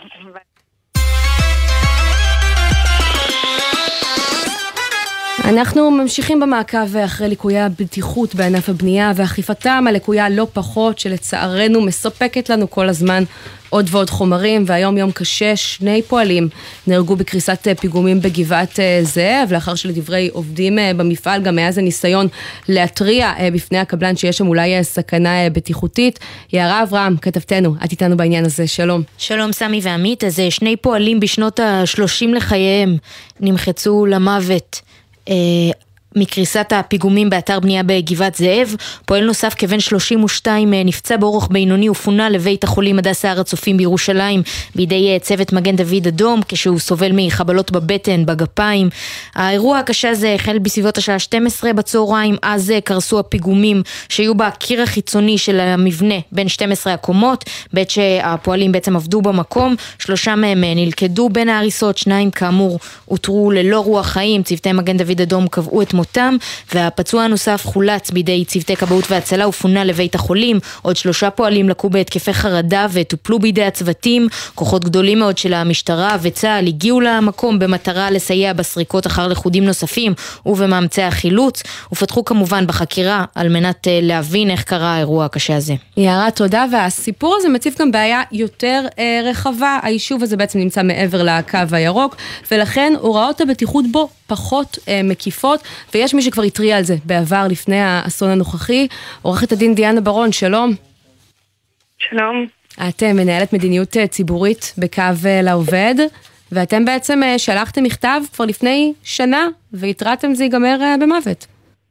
אנחנו ממשיכים במעקב אחרי ליקויי הבטיחות בענף הבנייה ואכיפתם הליקויה לא פחות שלצערנו מספקת לנו כל הזמן עוד ועוד חומרים, והיום יום קשה, שני פועלים נהרגו בקריסת פיגומים בגבעת זאב, לאחר שלדברי עובדים במפעל גם היה זה ניסיון להטריע בפני הקבלן שיש שם אולי סכנה בטיחותית. יערה אברהם, כתבתנו, את איתנו בעניין הזה, שלום. שלום סמי ועמית, אז שני פועלים בשנות ה-שלושים לחייהם נמחצו למוות מקריסת הפיגומים באתר בנייה בגבעת זאב. פועל נוסף כבן שלושים ושתיים נפצע באורח בינוני ופונה לבית החולים הדסה הר הצופים בירושלים בידי צוות מגן דוד אדום כשהוא סובל מחבלות בבטן, בגפיים. האירוע הקשה הזה החל בסביבות השעה שתים עשרה בצהריים, אז קרסו הפיגומים שהיו בקיר החיצוני של המבנה בין שתים עשרה הקומות, בעת שהפועלים בעצם עבדו במקום. שלושה מהם נלכדו בין ההריסות, שניים כאמור הותרו ללא רוח חיים, צוותי מגן דוד אדום קבעו את מותם, והפצוע הנוסף חולץ בידי צוותי כבאות והצלה ופונה לבית החולים. עוד שלושה פועלים לקו בהתקפי חרדה וטופלו בידי הצוותים. כוחות גדולים מאוד של המשטרה וצה"ל הגיעו למקום במטרה לסייע בסריקות אחר לכודים נוספים ובמאמצי החילוץ, ופתחו כמובן בחקירה על מנת להבין איך קרה האירוע הקשה הזה. יערה, תודה. והסיפור הזה מציף גם בעיה יותר אה, רחבה. היישוב הזה בעצם נמצא מעבר לקו הירוק, ולכן הוראות הבטיחות בו פחות אה, מקיפות, ויש מי שכבר התריע על זה בעבר לפני האסון הנוכחי. עורכת הדין דיאנה ברון, שלום. שלום. אתם מנהלת מדיניות ציבורית בקו לעובד, ואתם בעצם שלחתם מכתב כבר לפני שנה, והתרעתם זה ייגמר במוות.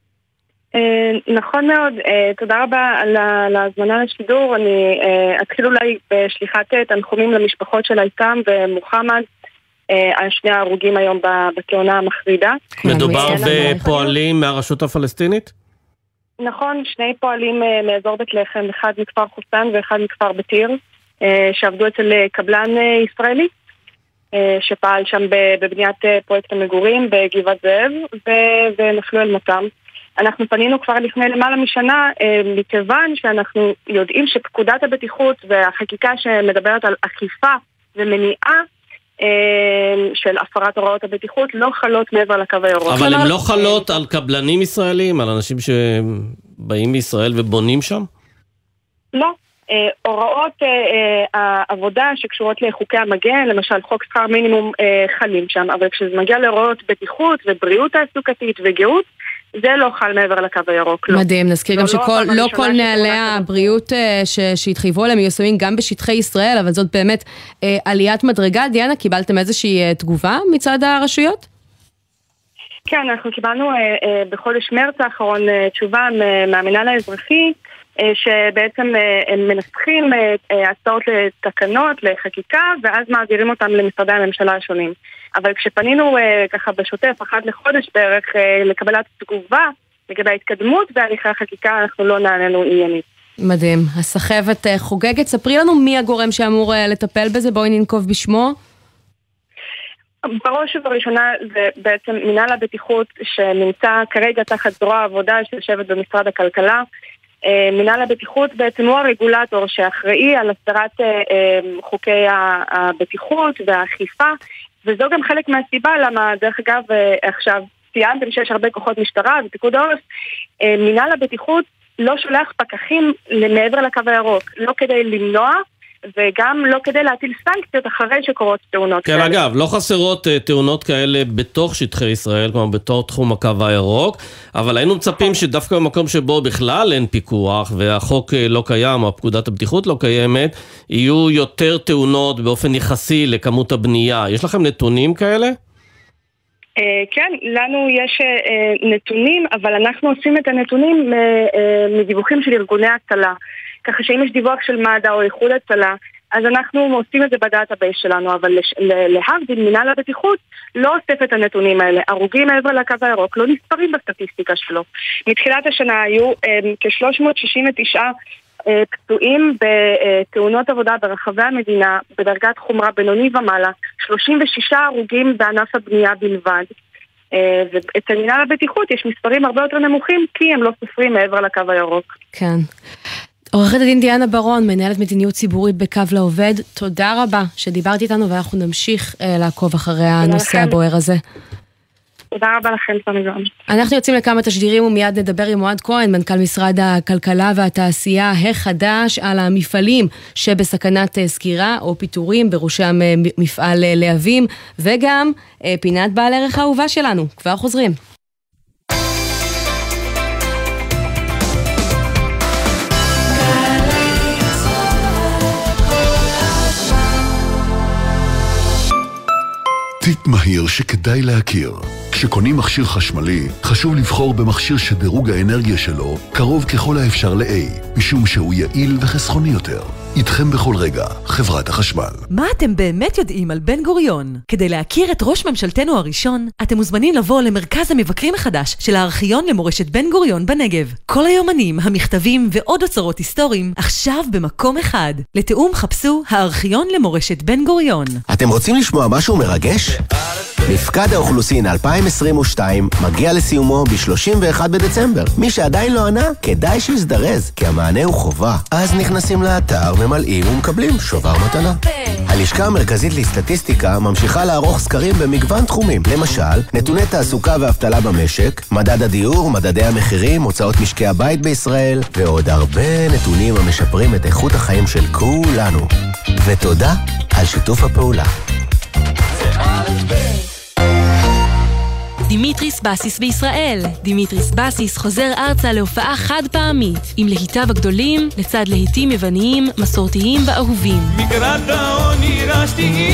נכון מאוד, תודה רבה על ההזמנה לשידור. אני אתחיל אולי בשליחת תנחומים למשפחות של איתם ומוחמד, על שני ההרוגים היום בתאונה המחרידה. מדובר בפועלים מהרשות הפלסטינית? נכון, שני פועלים מאזור בית לחם, אחד מכפר חוסן ואחד מכפר בתיר, שעבדו אצל קבלן ישראלי, שפעל שם בבניית פרויקט המגורים בגבעת זאב, ונפלו אל מותם. אנחנו פנינו כבר לפני למעלה משנה, מכיוון שאנחנו יודעים שפקודת הבטיחות והחקיקה שמדברת על אכיפה ומניעה של הפרת הוראות הבטיחות לא חלות מעבר לקו הירוק. אבל הן לא חלות על קבלנים ישראלים, על אנשים שבאים מישראל ובונים שם? לא. הוראות העבודה שקשורות לחוקי המגן, למשל חוק שכר מינימום חלים שם, אבל כשזה מגיע להוראות בטיחות ובריאות תעסוקתית וגאות, זה לא חל מעבר לקו הירוק. מדהים, נזכיר גם שלא כל נהלי הבריאות שהתחייבו עליהם מיושמים גם בשטחי ישראל, אבל זאת באמת עליית מדרגה. דיאנה, קיבלתם איזושהי תגובה מצד הרשויות? כן, אנחנו קיבלנו בחודש מרץ האחרון תשובה מהמינהל האזרחי, שבעצם הם מנסחים הצעות לתקנות, לחקיקה, ואז מעבירים אותם למשרדי הממשלה השונים. אבל כשפנינו ככה בשוטף, אחת לחודש בערך, לקבלת תגובה לגבי ההתקדמות בהליכי החקיקה, אנחנו לא נענינו עניינית. מדהים. הסחבת חוגגת. ספרי לנו מי הגורם שאמור לטפל בזה, בואי ננקוב בשמו. בראש ובראשונה זה בעצם מנהל הבטיחות שנמצא כרגע תחת זרוע העבודה שיושבת במשרד הכלכלה. מנהל הבטיחות בעצם הוא הרגולטור שאחראי על הסדרת חוקי הבטיחות והאכיפה, וזו גם חלק מהסיבה למה, דרך אגב, עכשיו ציינתם שיש הרבה כוחות משטרה ופיקוד העורף, מנהל הבטיחות לא שולח פקחים מעבר לקו הירוק, לא כדי למנוע וגם לא כדי להטיל סנקציות אחרי שקורות תאונות. כן, אגב, לא חסרות תאונות כאלה בתוך שטחי ישראל, כלומר בתור תחום הקו הירוק, אבל היינו מצפים שדווקא במקום שבו בכלל אין פיקוח והחוק לא קיים, או פקודת הבטיחות לא קיימת, יהיו יותר תאונות באופן יחסי לכמות הבנייה. יש לכם נתונים כאלה? כן, לנו יש נתונים, אבל אנחנו עושים את הנתונים מדיווחים של ארגוני הצלה. ככה שאם יש דיווח של מד"א או איחוד הצלה, אז אנחנו עושים את זה בדאטאבייס שלנו, אבל להבדיל מנהל הבטיחות לא אוסף את הנתונים האלה. הרוגים מעבר לקו הירוק לא נספרים בסטטיסטיקה שלו. מתחילת השנה היו כ-שלוש מאות שישים ותשע פצועים בתאונות עבודה ברחבי המדינה, בדרגת חומרה בינוני ומעלה, שלושים ושישה הרוגים בענף הבנייה בלבד. ואצל מנהל הבטיחות יש מספרים הרבה יותר נמוכים, כי הם לא סופרים מעבר לקו הירוק. כן. עורכת הדין דיאנה ברון, מנהלת מדיניות ציבורית בקו לעובד, תודה רבה שדיברת איתנו, ואנחנו נמשיך אה, לעקוב אחרי הנושא הבוער הזה. תודה רבה לכם, סמיזון. אנחנו יוצאים לכמה תשדירים ומיד נדבר עם אוהד כהן, מנכ"ל משרד הכלכלה והתעשייה החדש, על המפעלים שבסכנת סגירה או פיטורים, בראשם מפעל להבים, וגם אה, פינת בעל ערך האהובה שלנו. כבר חוזרים. טיפ מהיר שכדאי להכיר. כשקונים מכשיר חשמלי, חשוב לבחור במכשיר שדירוג האנרגיה שלו קרוב ככל האפשר ל-A, משום שהוא יעיל וחסכוני יותר. איתכם בכל רגע, חברת החשמל. מה אתם באמת יודעים על בן גוריון? כדי להכיר את ראש ממשלתנו הראשון, אתם מוזמנים לבוא למרכז המבקרים החדש של הארכיון למורשת בן גוריון בנגב. כל היומנים, המכתבים ועוד אוצרות היסטוריים עכשיו במקום אחד. לתאום חפשו הארכיון למורשת בן גוריון. אתם רוצים לשמוע משהו מרגש? מפקד האוכלוסין אלפיים עשרים ושתיים מגיע לסיומו ב-שלושים ואחד בדצמבר. מי שעדיין לא ענה, כדאי שיזדרז, כי המענה הוא חובה. אז נכנסים לאתר, ממלאים ומקבלים שובר מתנה. הלשכה המרכזית לסטטיסטיקה ממשיכה לערוך סקרים במגוון תחומים. למשל, נתוני תעסוקה ואבטלה במשק, מדד הדיור, מדדי המחירים, הוצאות משקי הבית בישראל, ועוד הרבה נתונים המשפרים את איכות החיים של כולנו. ותודה על שיתוף הפעולה. דימיטריס בסיס בישראל. דימיטריס בסיס חוזר ארצה להופעה חד פעמית, עם להיטיו הגדולים לצד להיטים יווניים, מסורתיים ואהובים. מקרת העוני רשתי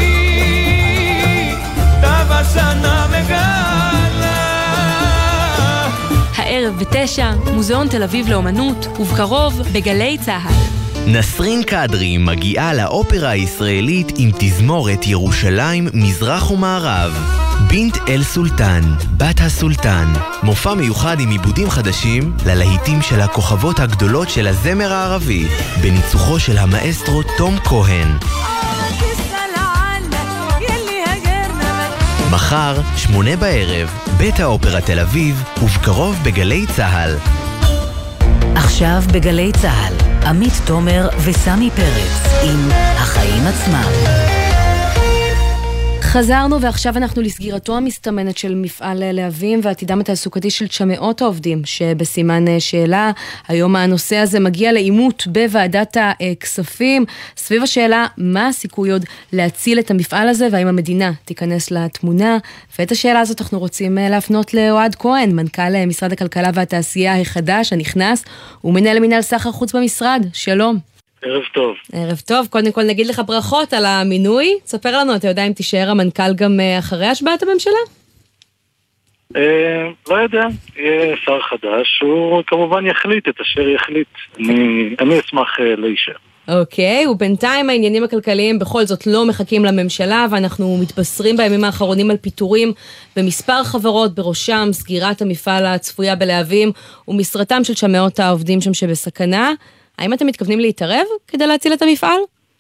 תבשנה מגלה. הערב בתשע, מוזיאון תל אביב לאומנות, ובקרוב בגלי צהל. נסרין קדרי מגיעה לאופרה הישראלית עם תזמורת ירושלים מזרח ומערב. בינט אל סולטן, בת הסולטן. מופע מיוחד עם עיבודים חדשים ללהיטים של הכוכבות הגדולות של הזמר הערבי, בניצוחו של המאסטרו תום כהן. מחר, שמונה בערב, בית האופרה תל אביב, ובקרוב בגלי צהל. עכשיו בגלי צהל, עמית תומר וסמי פרץ עם החיים עצמם. חזרנו ועכשיו אנחנו לסגירתו המסתמנת של מפעל להבים ועתידם התעסוקתי של תשע-מאות העובדים שבסימן שאלה. היום הנושא הזה מגיע לאימות בוועדת הכספים סביב השאלה מה הסיכוי עוד להציל את המפעל הזה והאם המדינה תיכנס לתמונה, ואת השאלה הזאת אנחנו רוצים להפנות לאוהד כהן, מנכ"ל משרד הכלכלה והתעשייה החדש הנכנס ומנהל מנהל סחר חוץ במשרד. שלום. ערב טוב. ערב טוב, קודם כל נגיד לך ברכות על המינוי. תספר לנו, אתה יודע אם תישאר המנכ"ל גם אחרי השבעת הממשלה? אה, לא יודע, יהיה שר חדש, הוא כמובן יחליט את אשר יחליט. אני, אני אשמח אה, להישאר. אוקיי, ובינתיים העניינים הכלכליים בכל זאת לא מחכים לממשלה, ואנחנו מתבשרים בימים האחרונים על פיטורים במספר חברות, בראשם סגירת המפעל הצפויה בלהבים ומשרתם של שמאות העובדים שם שבסכנה. האם אתם מתכוונים להתערב כדי להציל את המפעל?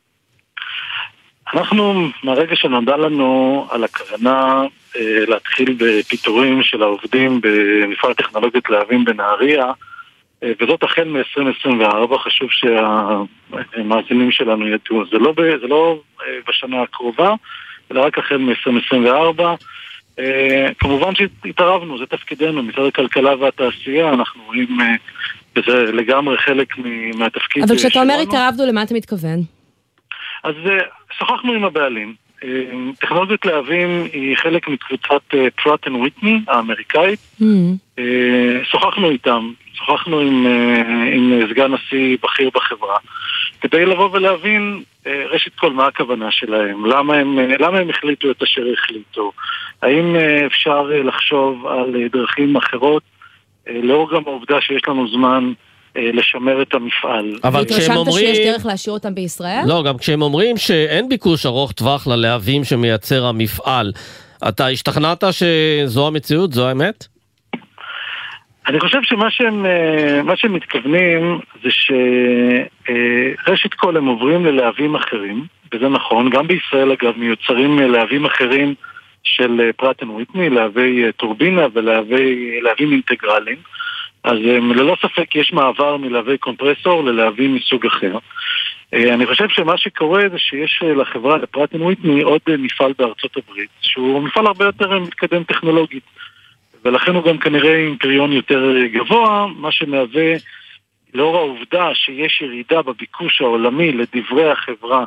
אנחנו, מהרגע שנודע לנו על הכוונה אה, להתחיל בפיטורים של העובדים במפעל טכנולוגיות להבים בנהריה, אה, וזאת החל מ-עשרים עשרים וארבע, חשוב שהמאזינים שלנו ידעו. זה לא, ב, זה לא אה, בשנה הקרובה, אלא רק החל מ-עשרים עשרים וארבע. אה, כמובן שהתערבנו, זה תפקידנו, משרד הכלכלה והתעשייה, אנחנו רואים אה, בזה לגמרי חלק מהתפקיד שלנו. אבל כשאתה אומר התערבנו, למה אתה מתכוון? אז שוחחנו עם הבעלים. טכנולוגיות להבים היא חלק מקבוצת פראט אנד ויטני האמריקאית. Mm. שוחחנו איתם, שוחחנו עם, עם סגן נשיא בכיר בחברה, כדי לבוא ולהבין ראשית כל מה הכוונה שלהם, למה הם, למה הם החליטו את אשר החליטו, האם אפשר לחשוב על דרכים אחרות, לאור גם העובדה שיש לנו זמן לשמר את המפעל. אבל כשהם אומרים... שיש דרך להשאיר אותם בישראל? לא, גם כשהם אומרים שאין ביקוש ארוך טווח ללהבים שמייצר המפעל, אתה השתכנעת שזו המציאות, זו האמת? אני חושב שמה שהם, מה שהם מתכוונים זה שראשית כל הם עוברים ללהבים אחרים, וזה נכון, גם בישראל אגב מיוצרים להבים אחרים של פראט אנד ויטני, להבי טורבינה ולהבים אינטגרליים, אז ללא ספק יש מעבר מלהבי קומפרסור ללהבים מסוג אחר. אני חושב שמה שקורה זה שיש לחברה, לפראט אנד ויטני, עוד מפעל בארצות הברית, שהוא מפעל הרבה יותר מתקדם טכנולוגית, ולכן הוא גם כנראה עם פריון יותר גבוה, מה שמהווה לאור העובדה שיש ירידה בביקוש העולמי לדברי החברה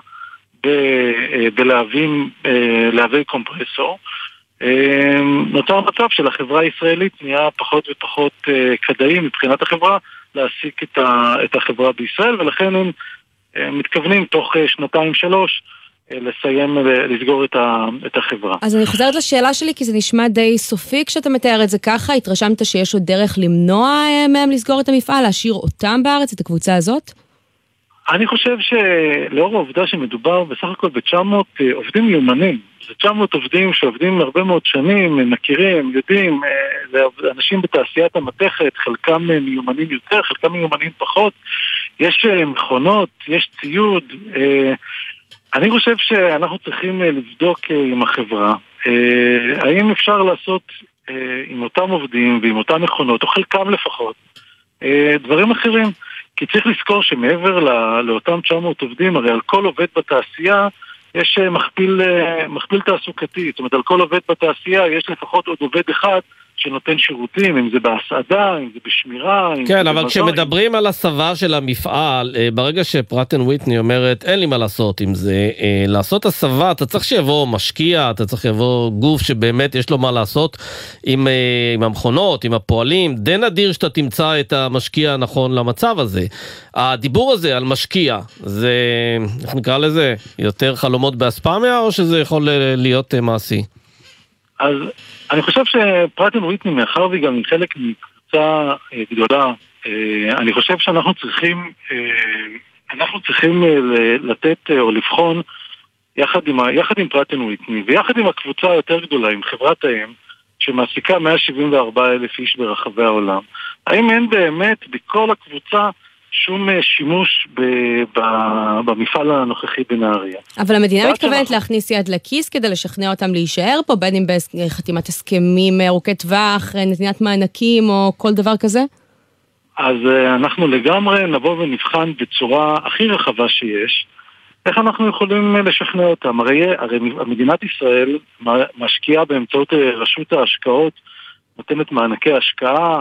בלהבים, להבי קומפרסור, נוצר מצב של החברה הישראלית נהיה פחות ופחות כדאי מבחינת החברה להעסיק את, ה, את החברה בישראל, ולכן הם מתכוונים תוך שנתיים שלוש לסיים, לסגור את, ה, את החברה. אז אני חוזרת לשאלה שלי, כי זה נשמע די סופי כשאתה מתאר את זה ככה. התרשמת שיש עוד דרך למנוע מהם לסגור את המפעל, להשאיר אותם בארץ, את הקבוצה הזאת? אני חושב שלאור העובדה שמדובר בסך הכל ב-תשע מאות עובדים מיומנים, זה תשע מאות עובדים שעובדים הרבה מאוד שנים, הם מכירים, הם יודעים, זה אנשים בתעשיית המתכת, חלקם מיומנים יותר, חלקם מיומנים פחות, יש מכונות, יש ציוד. אני חושב שאנחנו צריכים לבדוק עם החברה, האם אפשר לעשות עם אותם עובדים ועם אותם מכונות, או חלקם לפחות, דברים אחרים. כי צריך לזכור שמעבר לא, לאותם תשע מאות עובדים, הרי על כל עובד בתעשייה יש מכפיל, מכפיל תעסוקתי. זאת אומרת, על כל עובד בתעשייה יש לפחות עוד עובד אחד שנותן שירותים, אם זה בהסעדה, אם זה בשמירה. כן, אבל כשמדברים על הסבה של המפעל, ברגע שפראט אנד ויטני אומרת, אין לי מה לעשות עם זה, לעשות הסבה, אתה צריך שיבוא משקיע, אתה צריך שיבוא גוף שבאמת יש לו מה לעשות עם, עם המכונות, עם הפועלים, די נדיר שאתה תמצא את המשקיע הנכון למצב הזה. הדיבור הזה על משקיע, זה, איך נקרא לזה, יותר חלומות באספמיה, או שזה יכול להיות מעשי? אז אני חושב שפראט אנד ויטני, מאחר וגם היא חלק מקבוצה גדולה, אני חושב שאנחנו צריכים, אנחנו צריכים לתת או לבחון יחד עם, יחד עם פראט אנד ויטני, ויחד עם הקבוצה היותר גדולה, עם חברת האם, שמעסיקה מאה שבעים וארבעה אלף איש ברחבי העולם. האם אין באמת בכל הקבוצה שום שימוש במפעל הנוכחי בנהריה. אבל המדינה מתכוונת להכניס יד לכיס כדי לשכנע אותם להישאר פה, בין אם בחתימת הסכמים ארוכי טווח, נתינת מענקים או כל דבר כזה? אז אנחנו לגמרי נבוא ונבחן בצורה הכי רחבה שיש, איך אנחנו יכולים לשכנע אותם. הרי, הרי מדינת ישראל משקיעה באמצעות רשות ההשקעות, נותנת מענקי השקעה,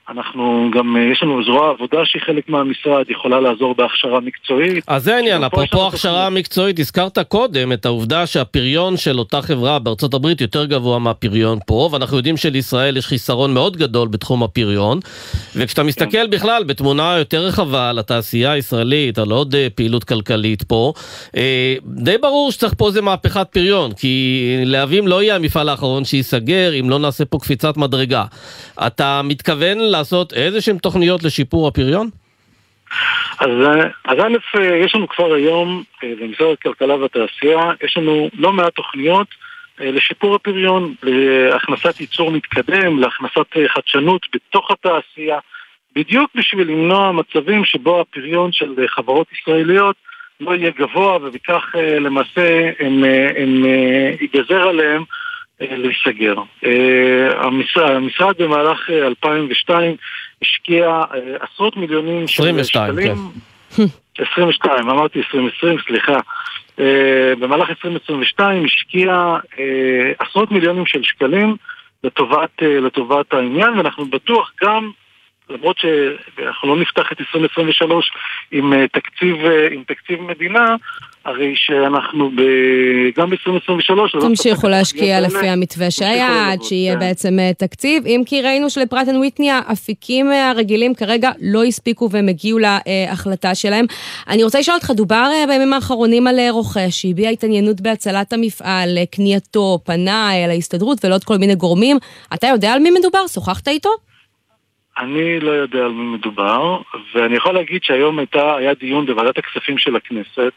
אנחנו גם, יש לנו זרוע עבודה שהיא חלק מהמשרד, יכולה לעזור בהכשרה מקצועית. אז זה העניין, אפרופו הכשרה מקצועית, הזכרת קודם את העובדה שהפריון של אותה חברה בארצות הברית יותר גבוה מהפריון פה, ואנחנו יודעים שלישראל יש חיסרון מאוד גדול בתחום הפריון, וכשאתה מסתכל בכלל בתמונה יותר רחבה על התעשייה הישראלית, על עוד פעילות כלכלית פה, די ברור שצריך פה איזה מהפכת פריון, כי להבים לא יהיה המפעל האחרון שיסגר אם לא נעשה פה קפיצת מדרגה. אתה מתכוון לעשות איזשהם תוכניות לשיפור הפריון? אז, אז א', יש לנו כבר היום במשרד הכלכלה והתעשייה, יש לנו לא מעט תוכניות לשיפור הפריון, להכנסת ייצור מתקדם, להכנסת חדשנות בתוך התעשייה, בדיוק בשביל למנוע מצבים שבו הפריון של חברות ישראליות לא יהיה גבוה, ובכך למעשה הם, הם ייגזר עליהם להיסגר. המשרד, המשרד במהלך אלפיים ושתיים השקיע עשרות מיליונים של שקלים. כן. עשרים ושתיים, אמרתי עשרים עשרים, סליחה. במהלך עשרים עשרים ושתיים השקיע עשרות מיליונים של שקלים לטובת, לטובת העניין, ואנחנו בטוח גם, למרות שאנחנו לא נפתח את עשרים עשרים ושלוש עם תקציב, עם תקציב מדינה, הרי שאנחנו ב... גם ב-עשרים עשרים ושלוש... תמשיכו להשקיע לפי המתווה שהיה, עד שיהיה בעצם תקציב, אם כי ראינו שלפרט אנד ויטני האפיקים הרגילים כרגע לא הספיקו והם הגיעו להחלטה שלהם. אני רוצה לשאול אותך, דובר בימים האחרונים על רוכש, שהביע התעניינות בהצלת המפעל, קנייתו, פנה אל ההסתדרות ולא עוד כל מיני גורמים. אתה יודע על מי מדובר? שוחחת איתו? אני לא יודע על מי מדובר, ואני יכול להגיד שהיום הייתה, היה דיון בוועדת הכספים של הכנסת,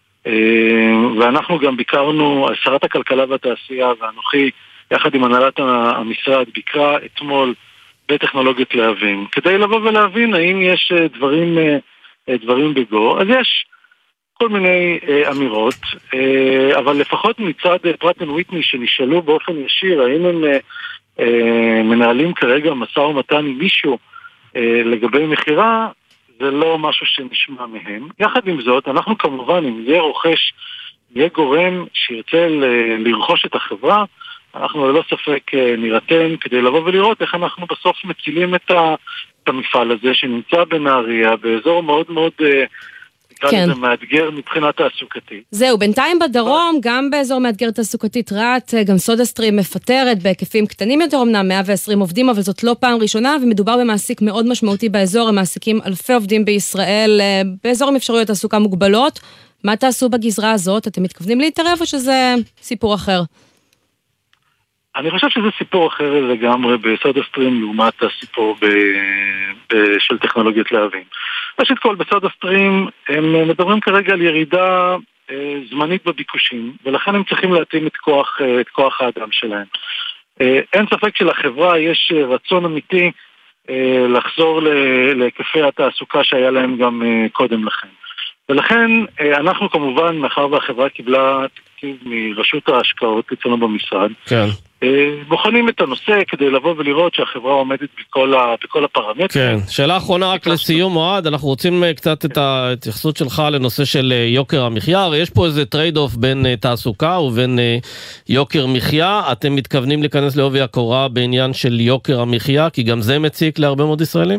ואנחנו גם ביקרנו, שרת הכלכלה והתעשייה ואנוכי, יחד עם הנהלת המשרד, ביקרה אתמול בטכנולוגיות להבים, כדי לבוא ולהבין האם יש דברים, דברים בגו. אז יש כל מיני אמירות, אבל לפחות מצד פרט אנד ויטני שנשאלו באופן ישיר, האם הם מנהלים כרגע משא ומתן עם מישהו לגבי מחירה, זה לא משהו שנשמע מהם. יחד עם זאת, אנחנו כמובן, אם יהיה רוכש, יהיה גורם שירצה לרכוש את החברה, אנחנו ללא ספק נירתם כדי לבוא ולראות איך אנחנו בסוף מצילים את המפעל הזה שנמצא בנהריה, באזור מאוד מאוד כן. מאתגר מבחינת תעסוקתית. זהו, בינתיים בדרום, גם באזור מאתגר תעסוקתית רעת, גם סודה סטרים מפטרת בהיקפים קטנים יותר, אמנם מאה ועשרים עובדים, אבל זאת לא פעם ראשונה, ומדובר במעסיק מאוד משמעותי באזור, הם מעסיקים אלפי עובדים בישראל, באזור עם אפשרויות תעסוקה מוגבלות. מה תעשו בגזרה הזאת? אתם מתכוונים להתערב או שזה סיפור אחר? אני חושב שזה סיפור אחר לגמרי בסודה סטרים, לעומת הסיפור ב... ב... של טכנולוגיות להבים. ראשית כל, בסודה סטרים הם מדברים כרגע על ירידה אה, זמנית בביקושים, ולכן הם צריכים להתאים את כוח, אה, את כוח האדם שלהם. אה, אין ספק שלחברה יש רצון אמיתי אה, לחזור להיקפי התעסוקה שהיה להם גם אה, קודם לכן. ולכן אה, אנחנו כמובן, מאחר והחברה קיבלה תקציב מרשות ההשקעות אצלנו במשרד, כן. בוחנים את הנושא כדי לבוא ולראות שהחברה עומדת בכל, ה, בכל הפרמטרים. כן, שאלה אחרונה רק לסיום מועד, אנחנו רוצים קצת את ההתייחסות שלך לנושא של יוקר המחיה, הרי יש פה איזה טרייד אוף בין תעסוקה ובין יוקר מחיה, אתם מתכוונים להיכנס לעובי הקורה בעניין של יוקר המחיה, כי גם זה מציק להרבה מאוד ישראלים?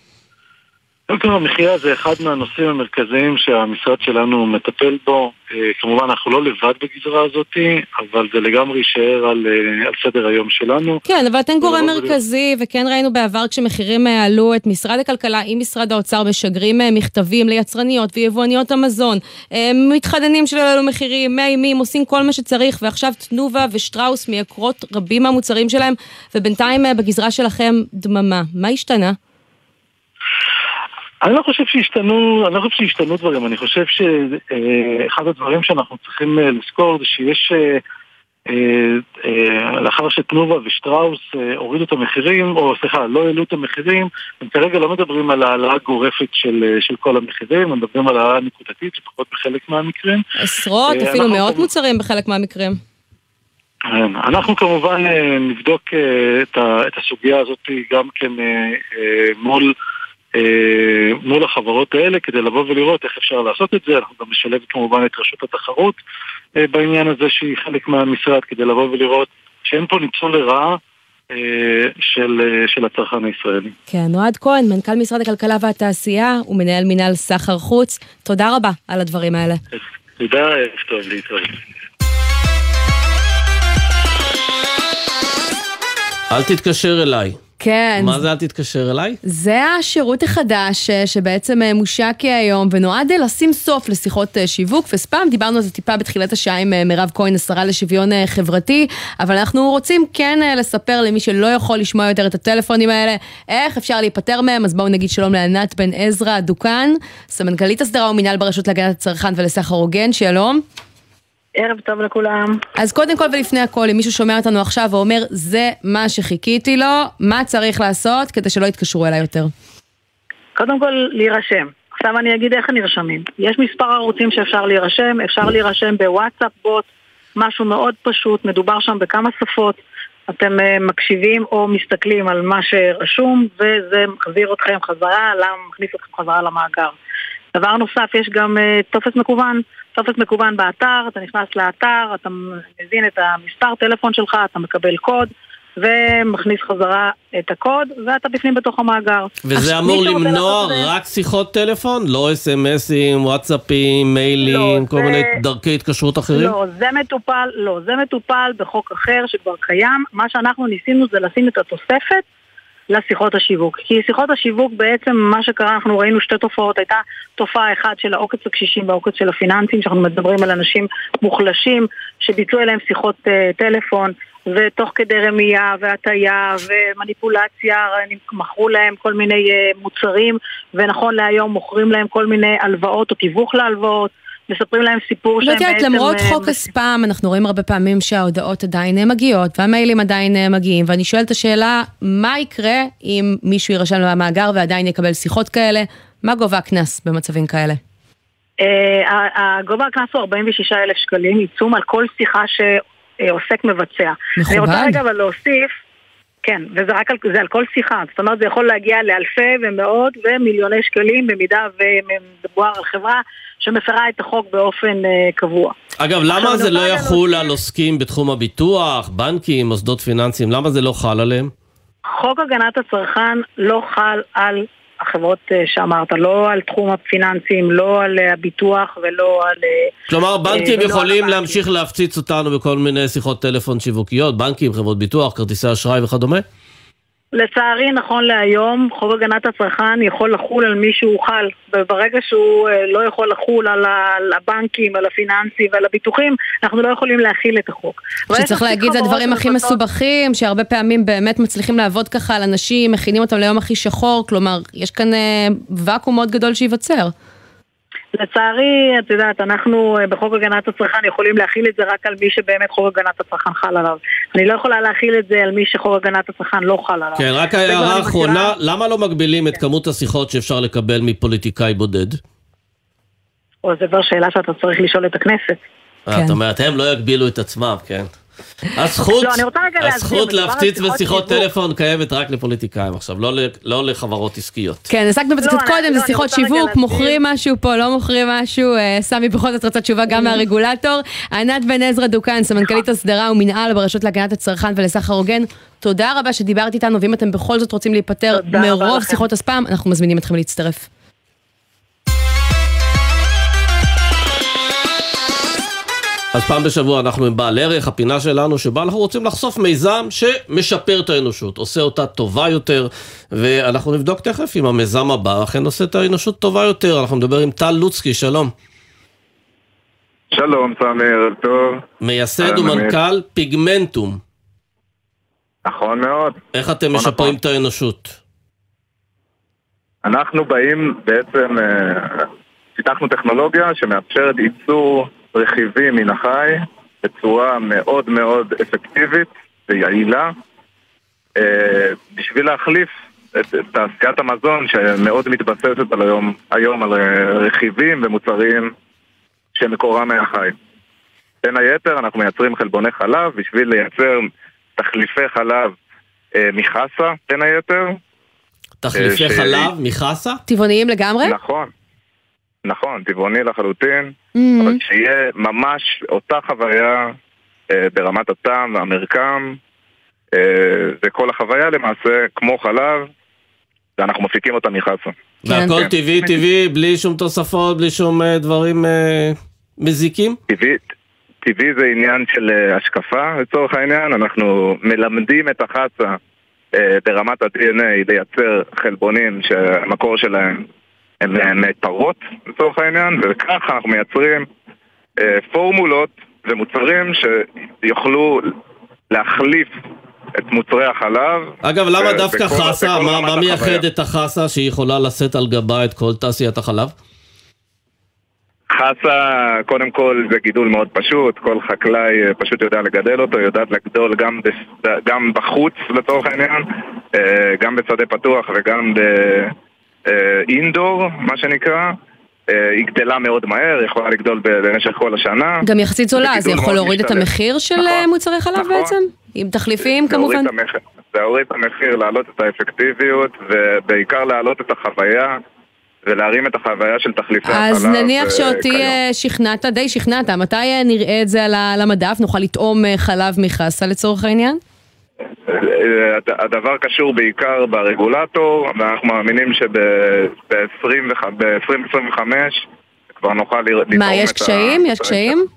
יוקר המחיה זה אחד מהנושאים המרכזיים שהמשרד שלנו מטפל בו. כמובן אנחנו לא לבד בגזרה הזאת, אבל זה לגמרי יישאר על, על סדר היום שלנו. כן, אבל אתם גורם מרכזי, וכן ראינו בעבר כשמחירים עלו את משרד הכלכלה עם משרד האוצר משגרים מכתבים ליצרניות ויבואניות המזון, מתחדנים של אלו מחירים, מאיימים, עושים כל מה שצריך, ועכשיו תנובה ושטראוס מייקרות רבים מהמוצרים שלהם, ובינתיים בגזרה שלכם דממה. מה השתנה? אני לא חושב שהשתנו, אני לא חושב שהשתנו דברים, אני חושב שאחד הדברים שאנחנו צריכים לזכור זה שיש, לאחר שתנובה ושטראוס הורידו את המחירים, או סליחה, לא העלו את המחירים, הם כרגע לא מדברים על העלאה גורפת של, של כל המחירים, הם מדברים על העלאה נקודתית, לפחות בחלק מהמקרים. עשרות, אפילו מאות מוצרים בחלק מהמקרים. אנחנו כמובן נבדוק את הסוגיה הזאת גם כן מול מול החברות האלה כדי לבוא ולראות איך אפשר לעשות את זה. אנחנו גם משלב כמובן את רשות התחרות בעניין הזה שהיא חלק מהמשרד, כדי לבוא ולראות שאין פה ניצול לרעה של, של הצרכן הישראלי. כן, אוהד כהן, מנכ"ל משרד הכלכלה והתעשייה ומנהל מינהל סחר חוץ, תודה רבה על הדברים האלה. תודה, טוב, להתראות. אל תתקשר אליי. כן. מה זה אל תתקשר אליי? זה השירות החדש שבעצם מושק היום ונועד לשים סוף לשיחות שיווק וספאם. דיברנו על זה טיפה בתחילת השעה עם מירב כהן, השרה לשוויון חברתי, אבל אנחנו רוצים כן לספר למי שלא יכול לשמוע יותר את הטלפונים האלה, איך אפשר להיפטר מהם. אז בואו נגיד שלום לענת בן עזרא דוקן, סמנכ"לית הסדרה ומינהל ברשות להגנת הצרכן ולסחר הוגן, שלום. ערב טוב לכולם. אז קודם כל ולפני הכל, אם מישהו שומע אותנו עכשיו ואומר, זה מה שחיכיתי לו, מה צריך לעשות כדי שלא יתקשרו אליי יותר? קודם כל, להירשם. עכשיו אני אגיד איך נרשמים. יש מספר ערוצים שאפשר להירשם, אפשר להירשם בוואטסאפ בוט, משהו מאוד פשוט, מדובר שם בכמה שפות, אתם מקשיבים או מסתכלים על מה שרשום, וזה מחזיר אתכם חזרה, מכניס אתכם חזרה למאגר. דבר נוסף, יש גם טופס מקוון, טופס מקוון באתר, אתה נכנס לאתר, אתה מזין את המספר טלפון שלך, אתה מקבל קוד, ומכניס חזרה את הקוד, ואתה בפנים בתוך המאגר. וזה אמור למנוע רק שיחות טלפון? לא אס אם אסים, וואטסאפים, מיילים, כל מיני דרכי התקשרות אחרים? לא, זה מטופל, לא, זה מטופל בחוק אחר שכבר קיים. מה שאנחנו ניסינו זה לשים את התוספת לשיחות השיווק. כי שיחות השיווק בעצם מה שקרה, אנחנו ראינו שתי תופעות, הייתה תופעה אחת של העוקץ הקשישים והעוקץ של הפיננסים, שאנחנו מדברים על אנשים מוחלשים שביצעו אליהם שיחות uh, טלפון, ותוך כדי רמייה והטיה ומניפולציה, מכרו להם כל מיני uh, מוצרים, ונכון להיום מוכרים להם כל מיני הלוואות או תיווך להלוואות, מספרים להם סיפור שהם בעצם... למרות חוק הספאם, אנחנו רואים הרבה פעמים שההודעות עדיין מגיעות, והמיילים עדיין מגיעים, ואני שואלת את השאלה, מה יקרה אם מישהו יירשם למאגר ועדיין יקבל שיחות כאלה? מה גובה הקנס במצבים כאלה? הגובה הקנס הוא ארבעים ושישה אלף שקלים, עיצום על כל שיחה שעוסק מבצע. מכובד. אני רוצה רגע אבל להוסיף, כן, וזה רק על, זה על כל שיחה, זאת אומרת זה יכול להגיע לאלפי ומאות ומיליוני שקלים במידה ומדובר על חברה שמפרה את החוק באופן uh, קבוע. אגב, למה זה לא יחול על עוסקים בתחום הביטוח, בנקים, מוסדות פיננסיים? למה זה לא חל עליהם? חוק הגנת הצרכן לא חל על החברות uh, שאמרת, לא על תחום הפיננסיים, לא על uh, הביטוח ולא על... Uh, כלומר, בנקים uh, יכולים להמשיך להפציץ אותנו בכל מיני שיחות טלפון שיווקיות, בנקים, חברות ביטוח, כרטיסי אשראי וכדומה? לצערי, נכון להיום, חוק הגנת הצרכן יכול לחול על מי שהוא חל, וברגע שהוא לא יכול לחול על הבנקים, על הפיננסים ועל הביטוחים, אנחנו לא יכולים להכיל את החוק. שצריך להגיד, זה הדברים הכי מסובכים, שהרבה פעמים באמת מצליחים לעבוד ככה על אנשים, מכינים אותם ליום הכי שחור, כלומר, יש כאן ואקום מאוד גדול שיווצר. לצערי, את יודעת, אנחנו בחוק הגנת הצרכן יכולים להכיל את זה רק על מי שבאמת חוק הגנת הצרכן חל עליו. אני לא יכולה להכיל את זה על מי שחוק הגנת הצרכן לא חל עליו. כן, רק הערה האחרונה, למה לא מגבילים את כמות השיחות שאפשר לקבל מפוליטיקאי בודד? או זה כבר שאלה שאתה צריך לשאול את הכנסת. זאת אומרת, הם לא יגבילו את עצמם, כן. הזכות להפציץ בשיחות טלפון קיימת רק לפוליטיקאים עכשיו, לא לחברות עסקיות. כן, עסקנו בזה קצת קודם, זה שיחות שיווק, מוכרים משהו פה, לא מוכרים משהו, סמי בכל זאת רצה תשובה גם מהרגולטור. ענת בן עזרא דוקן, סמנכ"לית הסדרה ומינהל ברשות להגנת הצרכן ולסחר הוגן, תודה רבה שדיברת איתנו, ואם אתם בכל זאת רוצים להיפטר מרוב שיחות הספאם, אנחנו מזמינים אתכם להצטרף. אז פעם בשבוע אנחנו עם בעל ערך, הפינה שלנו שבה אנחנו רוצים לחשוף מיזם שמשפר את האנושות, עושה אותה טובה יותר, ואנחנו נבדוק תכף אם המיזם הבא אכן עושה את האנושות טובה יותר. אנחנו מדבר עם טל לוצקי, שלום. שלום, סמי, ערב טוב. מייסד ומנכ"ל פיגמנטום. נכון מאוד. איך אתם משפרים את האנושות? אנחנו באים בעצם, פיתחנו טכנולוגיה שמאפשרת ייצור רכיבים מן החי בצורה מאוד מאוד אפקטיבית ויעילה בשביל להחליף את תעשיית המזון שמאוד מתבססת על היום, היום על רכיבים ומוצרים שמקורם מהחי. בין היתר אנחנו מייצרים חלבוני חלב בשביל לייצר תחליפי חלב מחסה בין היתר. תחליפי חלב מחסה? טבעוניים לגמרי? נכון. נכון, טבעוני לחלוטין, mm-hmm. אבל שיהיה ממש אותה חוויה אה, ברמת הטעם והמרקם, וכל החוויה למעשה כמו חלב, ואנחנו מפיקים אותה מחסה. והכל טבעי טבעי, בלי שום תוספות, בלי שום דברים מזיקים? טבעי, טבעי זה עניין של השקפה, לצורך העניין. אנחנו מלמדים את החסה ברמת ה-די אן איי לייצר חלבונים שהמקור שלהם הם מפרות, לצורך העניין, וככה אנחנו מייצרים פורמולות ומוצרים שיוכלו להחליף את מוצרי החלב. אגב, למה דווקא חסה? מה מייחד את החסה שהיא יכולה לשאת על גבה את כל תעשיית החלב? חסה, קודם כל, זה גידול מאוד פשוט. כל חקלאי פשוט יודע לגדל אותו, יודעת לגדול גם, בס... גם בחוץ, לצורך העניין, גם בשדה פתוח וגם באינדור, מה שנקרא. היא גדלה מאוד מהר, היא יכולה לגדול במשך כל השנה. גם יחסית זולה, זה יכול להוריד את המחיר של מוצרי חלב בעצם? עם תחליפים כמובן? זה הוריד את המחיר, להעלות את האפקטיביות, ובעיקר להעלות את החוויה, ולהרים את החוויה של תחליפי החלב. אז נניח שאותי שכנעת, די שכנעת, מתי נראה את זה על המדף? נוכל לטעום חלב מחסה לצורך העניין? הדבר קשור בעיקר ברגולטור, ואנחנו מאמינים שב-עשרים עשרים וחמש כבר נוכל לטעום את ה... מה, יש קשיים? יש קשיים?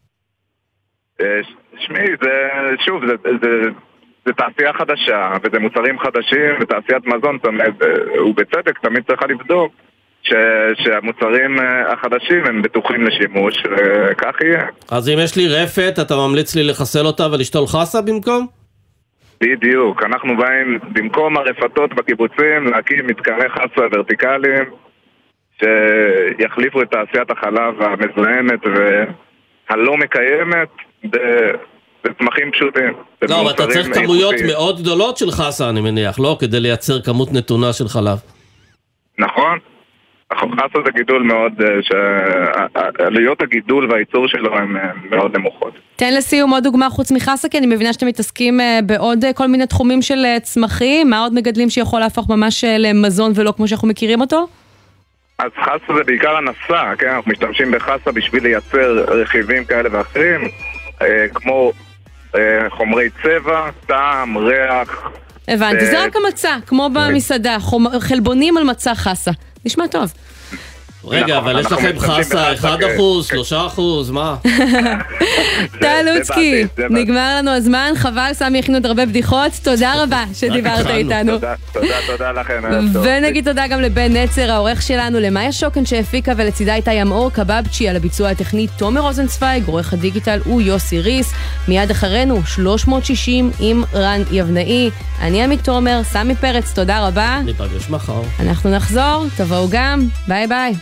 שמי, זה, שוב, זה, זה, זה תעשייה חדשה, וזה מוצרים חדשים, ותעשיית מזון, ובצדק תמיד צריכה לבדוק ש, שהמוצרים החדשים הם בטוחים לשימוש, וכך יהיה. אז אם יש לי רפת, אתה ממליץ לי לחסל אותה ולשתול חסה במקום? בדיוק, אנחנו באים במקום הרפתות בקיבוצים להקים מתקני חסה ורטיקליים שיחליפו את תעשיית החלב המזוהמת והלא מקיימת בצמחים פשוטים. לא, אבל אתה צריך כמויות מאוד גדולות של חסה, אני מניח, לא? כדי לייצר כמות נתונה של חלב. נכון. חסה זה גידול מאוד, שעלויות הגידול והייצור שלו הן מאוד נמוכות. תן לסיום עוד דוגמה חוץ מחסה, כי אני מבינה שאתם מתעסקים בעוד כל מיני תחומים של צמחים. מה עוד מגדלים שיכול להפוך ממש למזון ולא כמו שאנחנו מכירים אותו? אז חסה זה בעיקר הנסה, כן? אנחנו משתמשים בחסה בשביל לייצר רכיבים כאלה ואחרים, כמו חומרי צבע, טעם, ריח. הבנתי, זה רק המצע, כמו במסעדה, חלבונים על מצע חסה. נשמע טוב. רגע, אבל יש לכם חסה אחד אחוז, שלושה אחוז, מה? טל לוצקי, נגמר לנו הזמן, חבל, סמי הכינו עוד הרבה בדיחות, תודה רבה שדיברת איתנו. תודה, תודה לכם. ונגיד תודה גם לבן נצר, העורך שלנו, למאיה שוקן שהפיקה, ולצידה איתה ימאור קבבצ'י, על הביצוע הטכני תומר רוזנצוויג, עורך הדיגיטל הוא יוסי ריס, מיד אחרינו שלוש מאות שישים עם רן יבנאי, אני עמית תומר, סמי פרץ, תודה רבה. ניפגש מחר. אנחנו נחזור, תבואו גם, ביי ביי.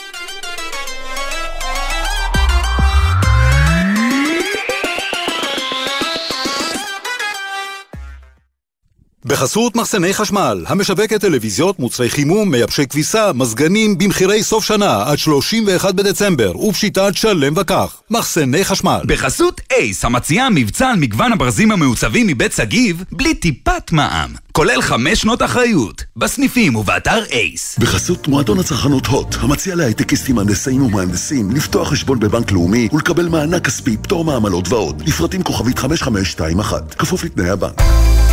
בחסות מחסני חשמל, המשווקת טלוויזיות, מוצרי חימום, מייבשי כביסה, מזגנים, במחירי סוף שנה עד שלושים ואחד בדצמבר, ובשיטת שלם וכך. מחסני חשמל. בחסות אייס, המציעה מבצע על מגוון הברזים המעוצבים מבית סגיב, בלי טיפת מע"מ. כולל חמש שנות אחריות. בסניפים ובאתר אייס. בחסות מועדון הצרכנות הוט, המציע להייטקיסטים, הנדסאים ומהנדסים, לפתוח חשבון בבנק לאומי ולקבל מענק כספי, פטור מעמלות ועוד. לפרטים כוכבית חמש חמש שתיים אחת. כפוף לתנאי הבנק.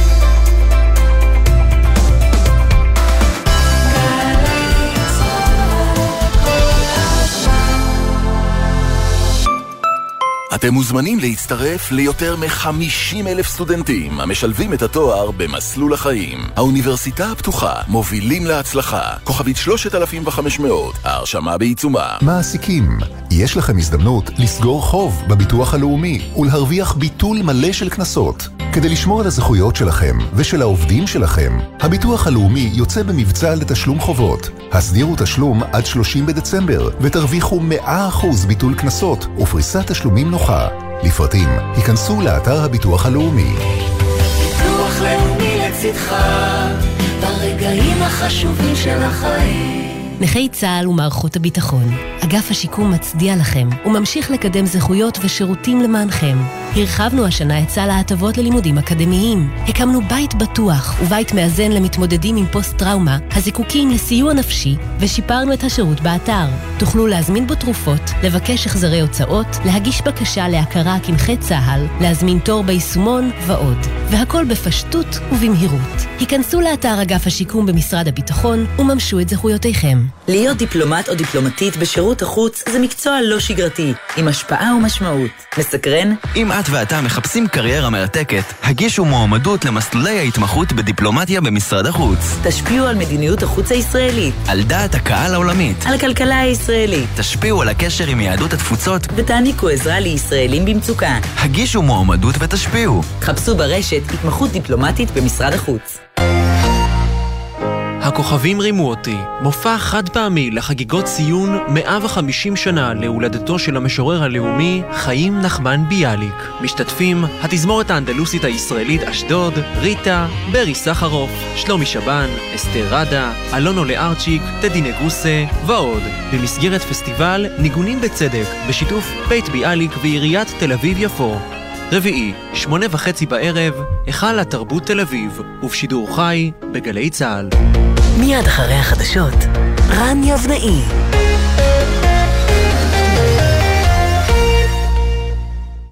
אתם מוזמנים להצטרף ליותר מ-חמישים אלף סטודנטים המשלבים את התואר במסלול החיים. האוניברסיטה הפתוחה, מובילים להצלחה. כוכבית שלושת אלפים וחמש מאות, ההרשמה בעיצומה. מעסיקים, יש לכם הזדמנות לסגור חוב בביטוח הלאומי ולהרוויח ביטול מלא של כנסות. כדי לשמור על הזכויות שלכם ושל העובדים שלכם, הביטוח הלאומי יוצא במבצע לתשלום חובות. הסדירו תשלום עד שלושים בדצמבר ותרוויחו מאה אחוז ביטול כנסות ופריסת תשלומים נוחה. לפרטים, היכנסו לאתר הביטוח הלאומי. ביטוח לאומי לצדך ברגעים החשובים של החיים. נכי צה"ל ומערכות הביטחון, אגף השיקום מצדיע לכם וממשיך לקדם זכויות ושירותים למענכם. הרחבנו השנה את סל ההטבות ללימודים אקדמיים. הקמנו בית בטוח ובית מאזן למתמודדים עם פוסט-טראומה, הזיקוקים לסיוע נפשי, ושיפרנו את השירות באתר. תוכלו להזמין בו תרופות, לבקש החזרי הוצאות, להגיש בקשה להכרה כנכה צה"ל, להזמין תור ביישומון ועוד. והכל בפשטות ובמהירות. היכנסו לאתר אגף השיקום במשרד הביטחון וממשו את זכויותיכם. להיות דיפלומט או דיפלומטית בשירות החוץ זה מקצוע לא שגרתי, עם השפעה ומשמעות. מסקרן? אם את ואתה מחפשים קריירה מרתקת, הגישו מועמדות למסלולי ההתמחות בדיפלומטיה במשרד החוץ. תשפיעו על מדיניות החוץ הישראלית, על דעת הקהל העולמית, על הכלכלה הישראלית. תשפיעו על הקשר עם יהדות התפוצות, ותעניקו עזרה לישראלים במצוקה. הגישו מועמדות ותשפיעו. חפשו ברשת התמחות דיפלומטית במשרד החוץ. הכוכבים רימו אותי, מופע חד פעמי לחגיגות ציון מאה וחמישים שנה להולדתו של המשורר הלאומי חיים נחמן ביאליק. משתתפים התזמורת האנדלוסית הישראלית אשדוד, ריטה, ברי סחרוף, שלומי שבן, אסתר רדה, אלונו לארצ'יק, טדי נגוסה ועוד, במסגרת פסטיבל ניגונים בצדק בשיתוף בית ביאליק ועיריית תל אביב יפו. רביעי, שמונה וחצי בערב, היכל התרבות תל אביב, ובשידור חי בגלי צהל. מיד אחרי החדשות, רן יבנאי.